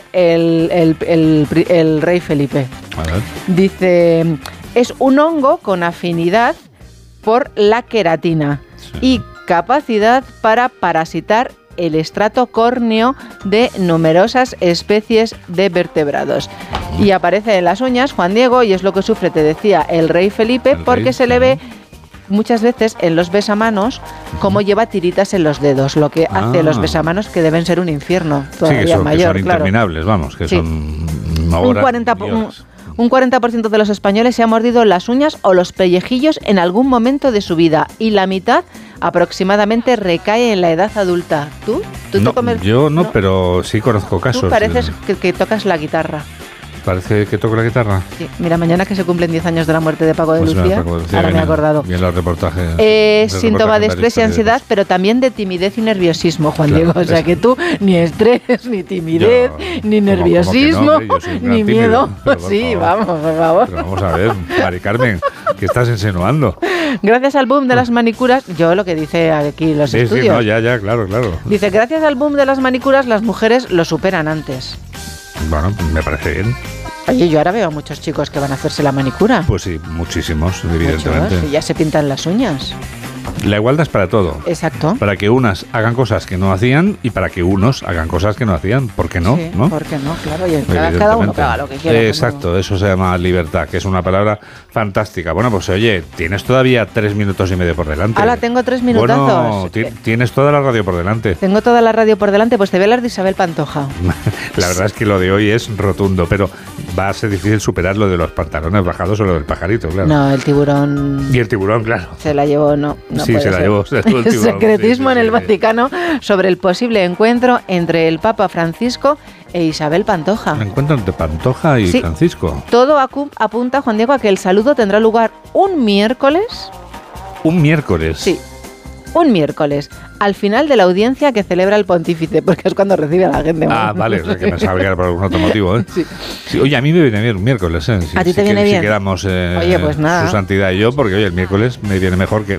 el rey Felipe. A ver. Dice, es un hongo con afinidad por la queratina y capacidad para parasitar el estrato córneo de numerosas especies de vertebrados. Y aparece en las uñas, Juan Diego, y es lo que sufre, te decía, el rey Felipe, porque se le ve muchas veces en los besamanos como lleva tiritas en los dedos, lo que hace los besamanos que deben ser un infierno todavía que son, mayor. Que son interminables, vamos, que son horas. Un 40% de los españoles se ha mordido las uñas o los pellejillos en algún momento de su vida y la mitad aproximadamente recae en la edad adulta. ¿Tú no, te comes? Yo no, pero sí conozco casos. Tú pareces que tocas la guitarra. parece que toco la guitarra. Sí, mira, mañana que se cumplen 10 años de la muerte de Paco de Lucía, ahora me he acordado. Bien los reportajes. Síntoma de estrés y ansiedad, pero también de timidez y nerviosismo, Juan Diego. O sea que tú ni estrés, ni timidez, ni nerviosismo, ni miedo. Sí, vamos, por favor. Pero vamos a ver, Mari Carmen, ¿qué estás insinuando? Gracias al boom de las manicuras, yo lo que dice aquí los estudios. Sí, no, ya, claro. Dice, gracias al boom de las manicuras, las mujeres lo superan antes. Bueno, me parece bien. Oye, yo ahora veo a muchos chicos que van a hacerse la manicura. Pues sí, muchísimos, evidentemente. Muchos, y ya se pintan las uñas. La igualdad es para todo. Exacto. Para que unas hagan cosas que no hacían y para que unos hagan cosas que no hacían. ¿Por qué no? Sí, ¿no? ¿por qué no? Claro, y cada uno que haga lo que quiera. Exacto, eso se llama libertad, que es una palabra fantástica. Bueno, pues oye, tienes todavía 3 minutos y medio por delante. Ahora tengo 3 minutazos. Bueno, tienes toda la radio por delante. Tengo toda la radio por delante, pues te voy a hablar de Isabel Pantoja. La verdad es que lo de hoy es rotundo, pero va a ser difícil superar lo de los pantalones bajados o lo del pajarito, claro. No, el tiburón... Y el tiburón, claro. Se la llevó, no sí, puede se la ser. llevó. El secretismo en el Vaticano sobre el posible encuentro entre el Papa Francisco e Isabel Pantoja. ¿Un encuentro entre Pantoja y Francisco? Todo apunta, Juan Diego, a que el saludo tendrá lugar un miércoles. ¿Un miércoles? Sí, un miércoles, al final de la audiencia que celebra el pontífice, porque es cuando recibe a la gente. Vale, o sea, que me salga por algún otro motivo, ¿eh? Sí, oye, a mí me viene bien un miércoles, ¿eh? ¿A ti te viene bien? Si quedamos oye, pues nada. Su santidad y yo, porque oye, el miércoles me viene mejor que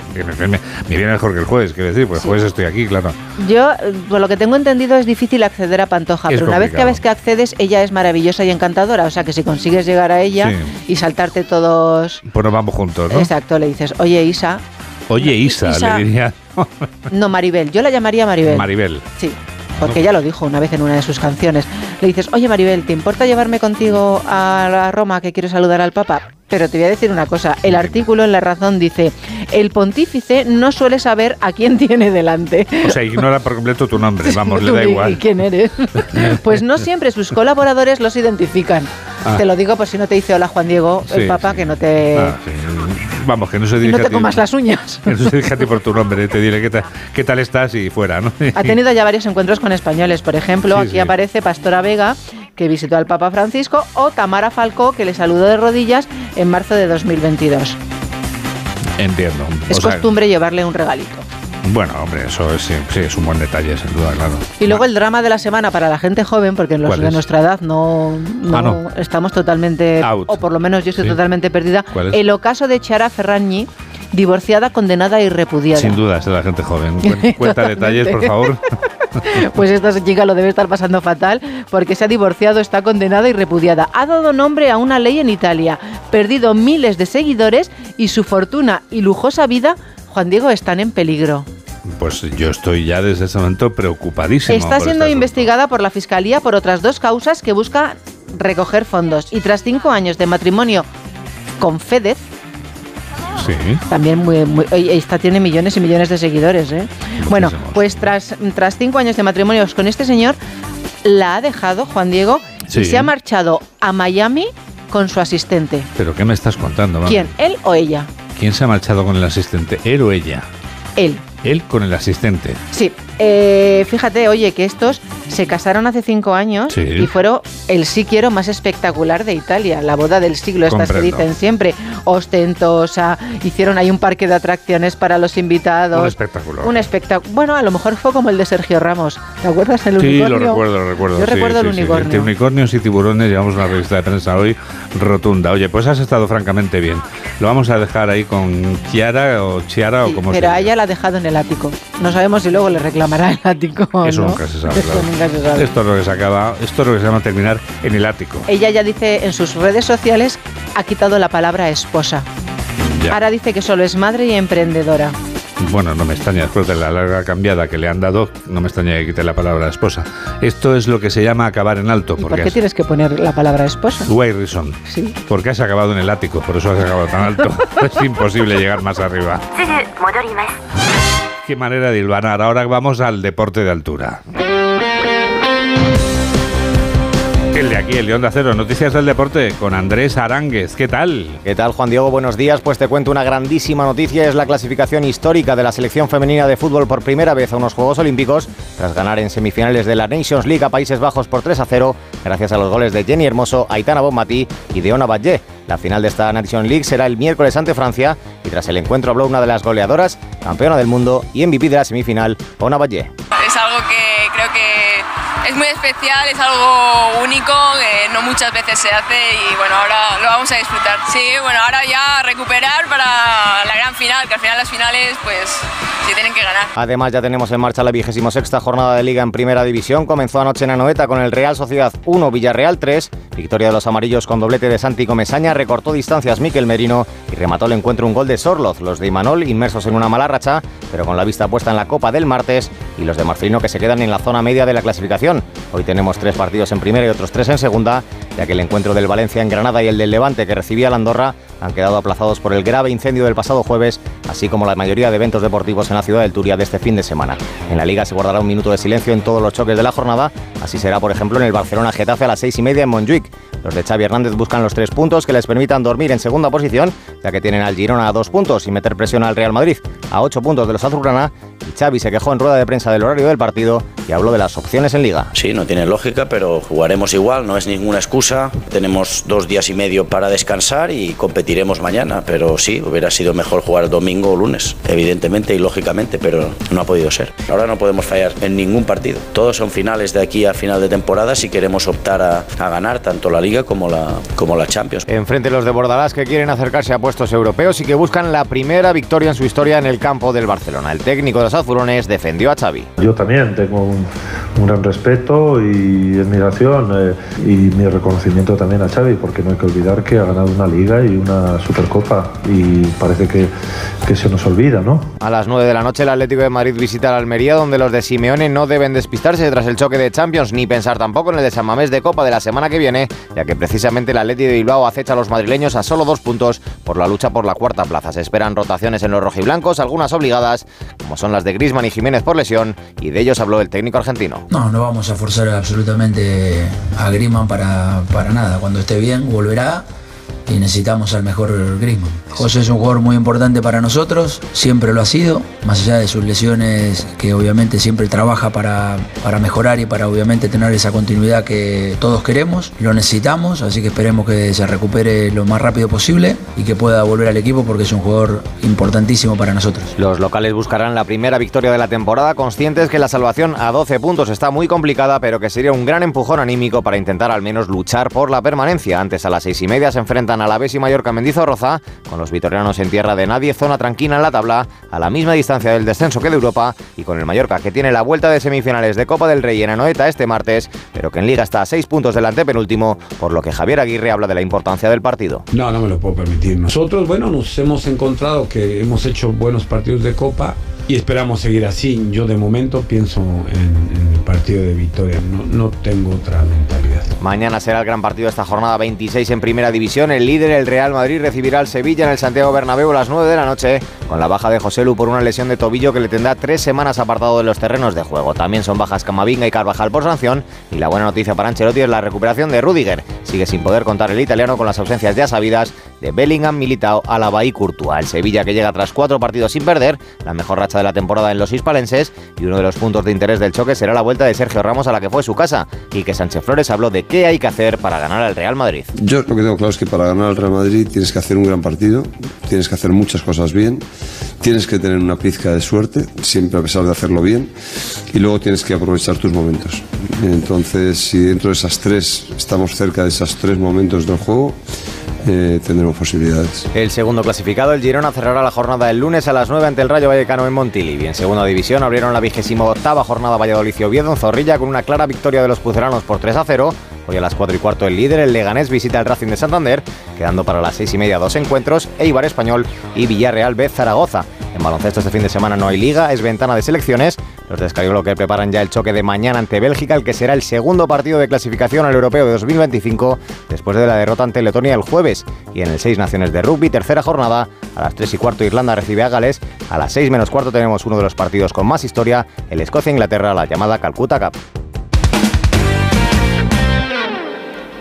me viene mejor que el jueves, quiero decir, pues el jueves estoy aquí, claro. Yo, por lo que tengo entendido, es difícil acceder a Pantoja, pero una vez que ves que accedes, ella es maravillosa y encantadora, o sea que si consigues llegar a ella y saltarte todos... Pues nos vamos juntos, ¿no? Exacto, le dices, oye, Isa... Oye, Isa, le diría... No, Maribel, yo la llamaría Maribel. Maribel. Sí, porque ella lo dijo una vez en una de sus canciones. Le dices, oye Maribel, ¿te importa llevarme contigo a Roma que quiero saludar al Papa? Pero te voy a decir una cosa, el artículo en La Razón dice, el pontífice no suele saber a quién tiene delante. O sea, ignora por completo tu nombre, vamos, le da igual. ¿Y quién eres? Pues no siempre sus colaboradores los identifican. Te lo digo por si no te dice hola Juan Diego, el Papa, que no te... Vamos, que no se dirige no te comas las uñas. Que no se dirige a ti por tu nombre, te diré qué tal estás y fuera, ¿no? Ha tenido ya varios encuentros con españoles, por ejemplo, aquí aparece Pastora Vega, que visitó al Papa Francisco, o Tamara Falcó, que le saludó de rodillas en marzo de 2022. Entiendo. Es costumbre llevarle un regalito. Bueno, hombre, eso es, sí, es un buen detalle, sin duda, claro. Y luego el drama de la semana para la gente joven, porque los de nuestra edad no estamos totalmente, out. O por lo menos yo estoy totalmente perdida. El ocaso de Chiara Ferragni, divorciada, condenada y repudiada. Sin duda, es de la gente joven. Cuenta detalles, por favor. Pues esta chica lo debe estar pasando fatal porque se ha divorciado, está condenada y repudiada. Ha dado nombre a una ley en Italia, perdido miles de seguidores y su fortuna y lujosa vida, Juan Diego, están en peligro. Pues yo estoy ya desde ese momento preocupadísimo. Está siendo investigada por la Fiscalía por otras 2 causas que busca recoger fondos. Y tras 5 años de matrimonio con Fedez, sí. También esta tiene millones y millones de seguidores, ¿eh? Bueno, pues tras 5 años de matrimonios con este señor, la ha dejado, Juan Diego, y se ha marchado a Miami con su asistente. ¿Pero qué me estás contando, mami? ¿Quién? ¿Él o ella? ¿Quién se ha marchado con el asistente? ¿Él o ella? Él. Él con el asistente. Sí. Fíjate, oye, que estos se casaron hace 5 años y fueron el sí quiero más espectacular de Italia, la boda del siglo, estas que dicen siempre, ostentosa, hicieron ahí un parque de atracciones para los invitados. Un espectáculo. Bueno, a lo mejor fue como el de Sergio Ramos, ¿te acuerdas el unicornio? Sí, lo recuerdo. Yo recuerdo el unicornio. Entre unicornios y tiburones llevamos una revista de prensa hoy rotunda. Oye, pues has estado francamente bien. Lo vamos a dejar ahí con Chiara o como pero a ella la ha dejado en el ático. No sabemos si luego le reclamará el ático. Eso ¿no? nunca se sabe. Claro. Esto es lo que se acaba. Esto es lo que se llama terminar en el ático. Ella ya dice en sus redes sociales, ha quitado la palabra esposa. Ya. Ahora dice que solo es madre y emprendedora. Bueno, no me extraña, después de la larga cambiada que le han dado, no me extraña que quite la palabra esposa. Esto es lo que se llama acabar en alto. ¿Y por qué tienes que poner la palabra esposa? Why reason. Sí. Porque has acabado en el ático, por eso has acabado tan alto. Es imposible llegar más arriba. Qué manera de hilvanar. Ahora vamos al deporte de altura. El de aquí, el de Onda Cero, Noticias del Deporte, con Andrés Aránguez. ¿Qué tal? ¿Qué tal, Juan Diego? Buenos días. Pues te cuento una grandísima noticia. Es la clasificación histórica de la selección femenina de fútbol por primera vez a unos Juegos Olímpicos, tras ganar en semifinales de la Nations League a Países Bajos por 3-0, gracias a los goles de Jenny Hermoso, Aitana Bonmatí y Deona Batlle. La final de esta Nations League será el miércoles ante Francia, y tras el encuentro habló una de las goleadoras, campeona del mundo y MVP de la semifinal, Deona Batlle. Es algo que creo que es muy especial, es algo único, que no muchas veces se hace y bueno, ahora lo vamos a disfrutar. Sí, bueno, ahora ya recuperar para la gran final, que al final las finales pues se tienen que ganar. Además ya tenemos en marcha la 26ª jornada de Liga en Primera División. Comenzó anoche en Anoeta con el Real Sociedad 1, Villarreal 3. Victoria de los amarillos con doblete de Santi Comesaña, recortó distancias Miquel Merino y remató el encuentro un gol de Sorloz. Los de Imanol inmersos en una mala racha, pero con la vista puesta en la Copa del martes, y los de Marcelino que se quedan en la zona media de la clasificación. Hoy tenemos 3 partidos en primera y otros 3 en segunda, ya que el encuentro del Valencia en Granada y el del Levante, que recibía al Andorra, han quedado aplazados por el grave incendio del pasado jueves, así como la mayoría de eventos deportivos en la ciudad del Turia de este fin de semana. En la Liga se guardará un minuto de silencio en todos los choques de la jornada. Así será, por ejemplo, en el Barcelona-Getafe a las 6:30 en Montjuic. Los de Xavi Hernández buscan los 3 puntos que les permitan dormir en segunda posición, ya que tienen al Girona a 2 puntos y meter presión al Real Madrid a 8 puntos de los azulgrana. Y Xavi se quejó en rueda de prensa del horario del partido y habló de las opciones en Liga. Sí, no tiene lógica, pero jugaremos igual, no es ninguna excusa. Tenemos 2 días y medio para descansar y competiremos mañana, pero sí, hubiera sido mejor jugar domingo o lunes, evidentemente y lógicamente, pero no ha podido ser. Ahora no podemos fallar en ningún partido. Todos son finales de aquí a final de temporada si queremos optar a ganar tanto la Liga como la Champions. Enfrente los de Bordalás, que quieren acercarse a puestos europeos y que buscan la primera victoria en su historia en el campo del Barcelona. El técnico de los azulones defendió a Xavi. Yo también tengo un gran respeto y admiración y mi reconocimiento también a Xavi, porque no hay que olvidar que ha ganado una Liga y una Supercopa y parece que se nos olvida, ¿no? A las 9 de la noche el Atlético de Madrid visita la Almería, donde los de Simeone no deben despistarse tras el choque de Champions, ni pensar tampoco en el de San Mamés de Copa de la semana que viene, ya que precisamente el Atleti de Bilbao acecha a los madrileños a solo 2 puntos por la lucha por la cuarta plaza. Se esperan rotaciones en los rojiblancos, algunas obligadas, como son las de Griezmann y Jiménez por lesión, y de ellos habló el técnico argentino. No vamos a forzar absolutamente a Griezmann para nada. Cuando esté bien volverá y necesitamos al mejor Griezmann. José es un jugador muy importante para nosotros, siempre lo ha sido, más allá de sus lesiones, que obviamente siempre trabaja para mejorar y para obviamente tener esa continuidad que todos queremos, lo necesitamos, así que esperemos que se recupere lo más rápido posible y que pueda volver al equipo porque es un jugador importantísimo para nosotros. Los locales buscarán la primera victoria de la temporada, conscientes que la salvación a 12 puntos está muy complicada, pero que sería un gran empujón anímico para intentar al menos luchar por la permanencia. Antes, a las 6:30 se enfrentan Alavés y Mallorca Mendizorroza, con los vitorianos en tierra de nadie, zona tranquila en la tabla, a la misma distancia del descenso que de Europa, y con el Mallorca, que tiene la vuelta de semifinales de Copa del Rey en Anoeta este martes, pero que en Liga está a 6 puntos del antepenúltimo, por lo que Javier Aguirre habla de la importancia del partido. No me lo puedo permitir. Nosotros, nos hemos encontrado que hemos hecho buenos partidos de Copa y esperamos seguir así. Yo de momento pienso en el partido de victoria, no tengo otra mentalidad. Mañana será el gran partido de esta jornada 26 en Primera División. El líder, el Real Madrid, recibirá al Sevilla en el Santiago Bernabéu a las 9 de la noche, con la baja de Joselu por una lesión de tobillo que le tendrá 3 semanas apartado de los terrenos de juego. También son bajas Camavinga y Carvajal por sanción, y la buena noticia para Ancelotti es la recuperación de Rüdiger. Sigue sin poder contar el italiano con las ausencias ya sabidas de Bellingham, Militao, Alaba y Courtois. El Sevilla, que llega tras 4 partidos sin perder, la mejor racha de la temporada en los hispalenses, y uno de los puntos de interés del choque será la vuelta de Sergio Ramos a la que fue su casa. Quique Sánchez Flores habló de qué hay que hacer para ganar al Real Madrid. Yo lo que tengo claro es que para ganar al Real Madrid tienes que hacer un gran partido, tienes que hacer muchas cosas bien, tienes que tener una pizca de suerte, siempre a pesar de hacerlo bien, y luego tienes que aprovechar tus momentos. Entonces, si dentro de esas 3 estamos cerca de esos 3 momentos del juego, tendremos posibilidades. El segundo clasificado, el Girona, cerrará la jornada el lunes a las 9 ante el Rayo Vallecano en Montilivi. En segunda división abrieron la 28ª jornada Valladolid y Oviedo en Zorrilla con una clara victoria de los pucelanos por 3-0. Hoy a las 4:15 el líder, el Leganés, visita el Racing de Santander, quedando para las 6:30 2 encuentros, Eibar Español y Villarreal B Zaragoza. En baloncesto este fin de semana no hay liga, es ventana de selecciones. Los de Sky Blocker preparan ya el choque de mañana ante Bélgica, el que será el segundo partido de clasificación al Europeo de 2025, después de la derrota ante Letonia el jueves. Y en el 6 Naciones de Rugby, tercera jornada, a las 3:15 Irlanda recibe a Gales, a las 6:15 tenemos uno de los partidos con más historia, el Escocia-Inglaterra, la llamada Calcutta Cup.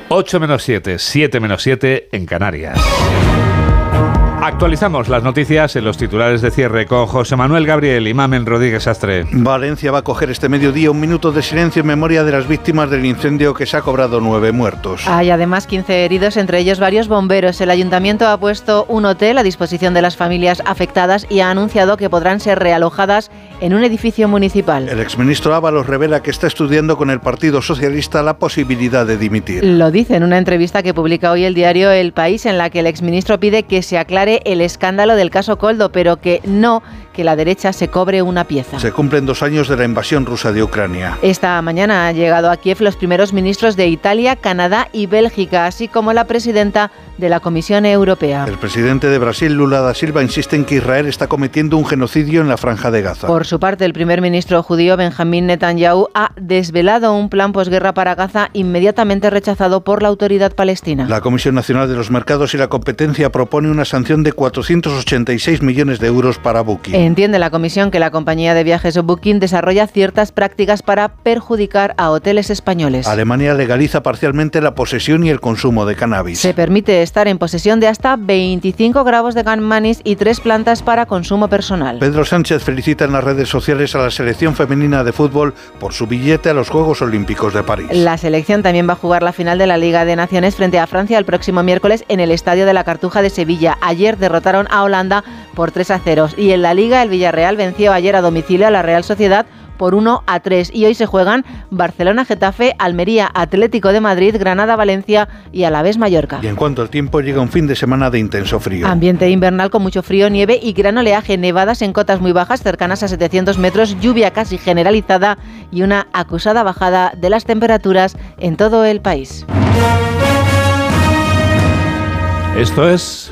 8 menos 7, 7 menos 7 en Canarias. Actualizamos las noticias en los titulares de cierre con José Manuel Gabriel y Mamen Rodríguez Sastre. Valencia va a coger este mediodía un minuto de silencio en memoria de las víctimas del incendio que se ha cobrado 9 muertos. Hay además 15 heridos, entre ellos varios bomberos. El ayuntamiento ha puesto un hotel a disposición de las familias afectadas y ha anunciado que podrán ser realojadas en un edificio municipal. El exministro Ábalos revela que está estudiando con el Partido Socialista la posibilidad de dimitir. Lo dice en una entrevista que publica hoy el diario El País, en la que el exministro pide que se aclare el escándalo del caso Koldo, pero que la derecha se cobre una pieza. Se cumplen 2 años de la invasión rusa de Ucrania. Esta mañana han llegado a Kiev los primeros ministros de Italia, Canadá y Bélgica, así como la presidenta de la Comisión Europea. El presidente de Brasil, Lula da Silva, insiste en que Israel está cometiendo un genocidio en la Franja de Gaza. Por su parte, el primer ministro judío, Benjamín Netanyahu, ha desvelado un plan posguerra para Gaza inmediatamente rechazado por la autoridad palestina. La Comisión Nacional de los Mercados y la Competencia propone una sanción de 486 millones de euros para Booking. Entiende la comisión que la compañía de viajes Booking desarrolla ciertas prácticas para perjudicar a hoteles españoles. Alemania legaliza parcialmente la posesión y el consumo de cannabis. Se permite estar en posesión de hasta 25 gramos de cannabis y 3 plantas para consumo personal. Pedro Sánchez felicita en las redes sociales a la selección femenina de fútbol por su billete a los Juegos Olímpicos de París. La selección también va a jugar la final de la Liga de Naciones frente a Francia el próximo miércoles en el Estadio de la Cartuja de Sevilla. Ayer derrotaron a Holanda por 3-0 y en la Liga el Villarreal venció ayer a domicilio a la Real Sociedad por 1-3 y hoy se juegan Barcelona-Getafe, Almería, Atlético de Madrid, Granada-Valencia y Alavés-Mallorca. Y en cuanto al tiempo, llega un fin de semana de intenso frío. Ambiente invernal con mucho frío, nieve y gran oleaje, nevadas en cotas muy bajas, cercanas a 700 metros, lluvia casi generalizada y una acusada bajada de las temperaturas en todo el país. Esto es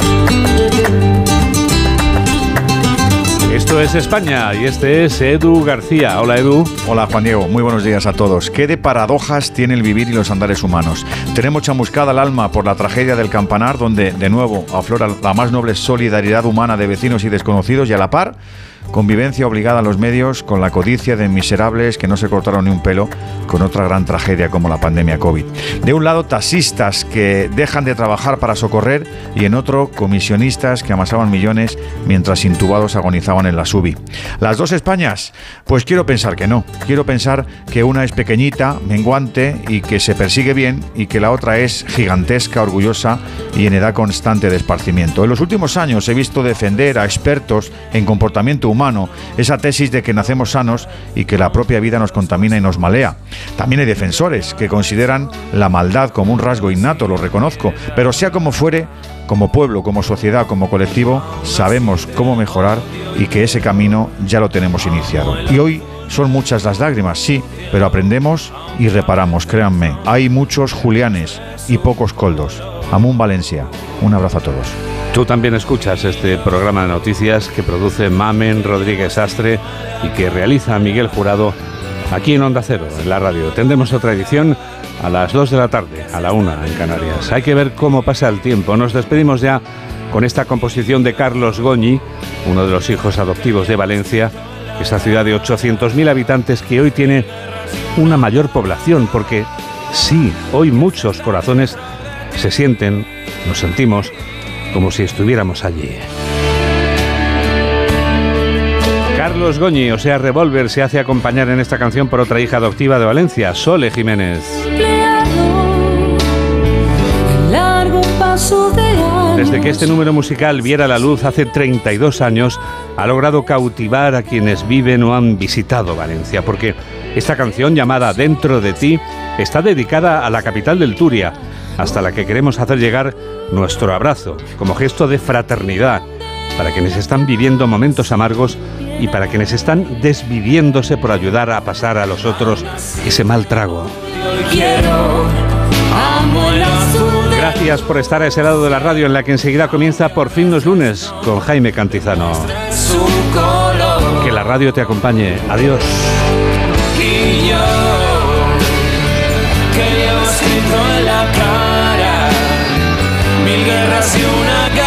España y este es Edu García. Hola, Edu. Hola, Juan Diego. Muy buenos días a todos. ¿Qué de paradojas tiene el vivir y los andares humanos? Tenemos chamuscada el alma por la tragedia del Campanar, donde de nuevo aflora la más noble solidaridad humana de vecinos y desconocidos y a la par convivencia obligada a los medios con la codicia de miserables que no se cortaron ni un pelo con otra gran tragedia como la pandemia COVID. De un lado, taxistas que dejan de trabajar para socorrer y en otro, comisionistas que amasaban millones mientras intubados agonizaban en la SUBI. ¿Las dos Españas? Pues quiero pensar que no. Quiero pensar que una es pequeñita, menguante y que se persigue bien y que la otra es gigantesca, orgullosa y en edad constante de esparcimiento. En los últimos años he visto defender a expertos en comportamiento humano esa tesis de que nacemos sanos y que la propia vida nos contamina y nos malea. También hay defensores que consideran la maldad como un rasgo innato, lo reconozco, pero sea como fuere, como pueblo, como sociedad, como colectivo, sabemos cómo mejorar y que ese camino ya lo tenemos iniciado. Y hoy son muchas las lágrimas, sí, pero aprendemos y reparamos, créanme. Hay muchos Julianes y pocos Koldos. Amun Valencia. Un abrazo a todos. Tú también escuchas este programa de noticias que produce Mamen Rodríguez Sastre y que realiza Miguel Jurado aquí en Onda Cero, en la radio. Tendremos otra edición a las 2 de la tarde, a la 1 en Canarias. Hay que ver cómo pasa el tiempo. Nos despedimos ya con esta composición de Carlos Goñi, uno de los hijos adoptivos de Valencia, esta ciudad de 800.000 habitantes que hoy tiene una mayor población, porque sí, hoy muchos corazones se sienten, nos sentimos, como si estuviéramos allí. Carlos Goñi, o sea, Revolver, se hace acompañar en esta canción por otra hija adoptiva de Valencia, Sole Jiménez. Desde que este número musical viera la luz hace 32 años, ha logrado cautivar a quienes viven o han visitado Valencia, porque esta canción, llamada Dentro de ti, está dedicada a la capital del Turia, hasta la que queremos hacer llegar nuestro abrazo, como gesto de fraternidad, para quienes están viviendo momentos amargos y para quienes están desviviéndose por ayudar a pasar a los otros ese mal trago. Gracias por estar a ese lado de la radio, en la que enseguida comienza Por fin los lunes con Jaime Cantizano. Que la radio te acompañe. Adiós. En la cara, 1000 guerras y una guerra.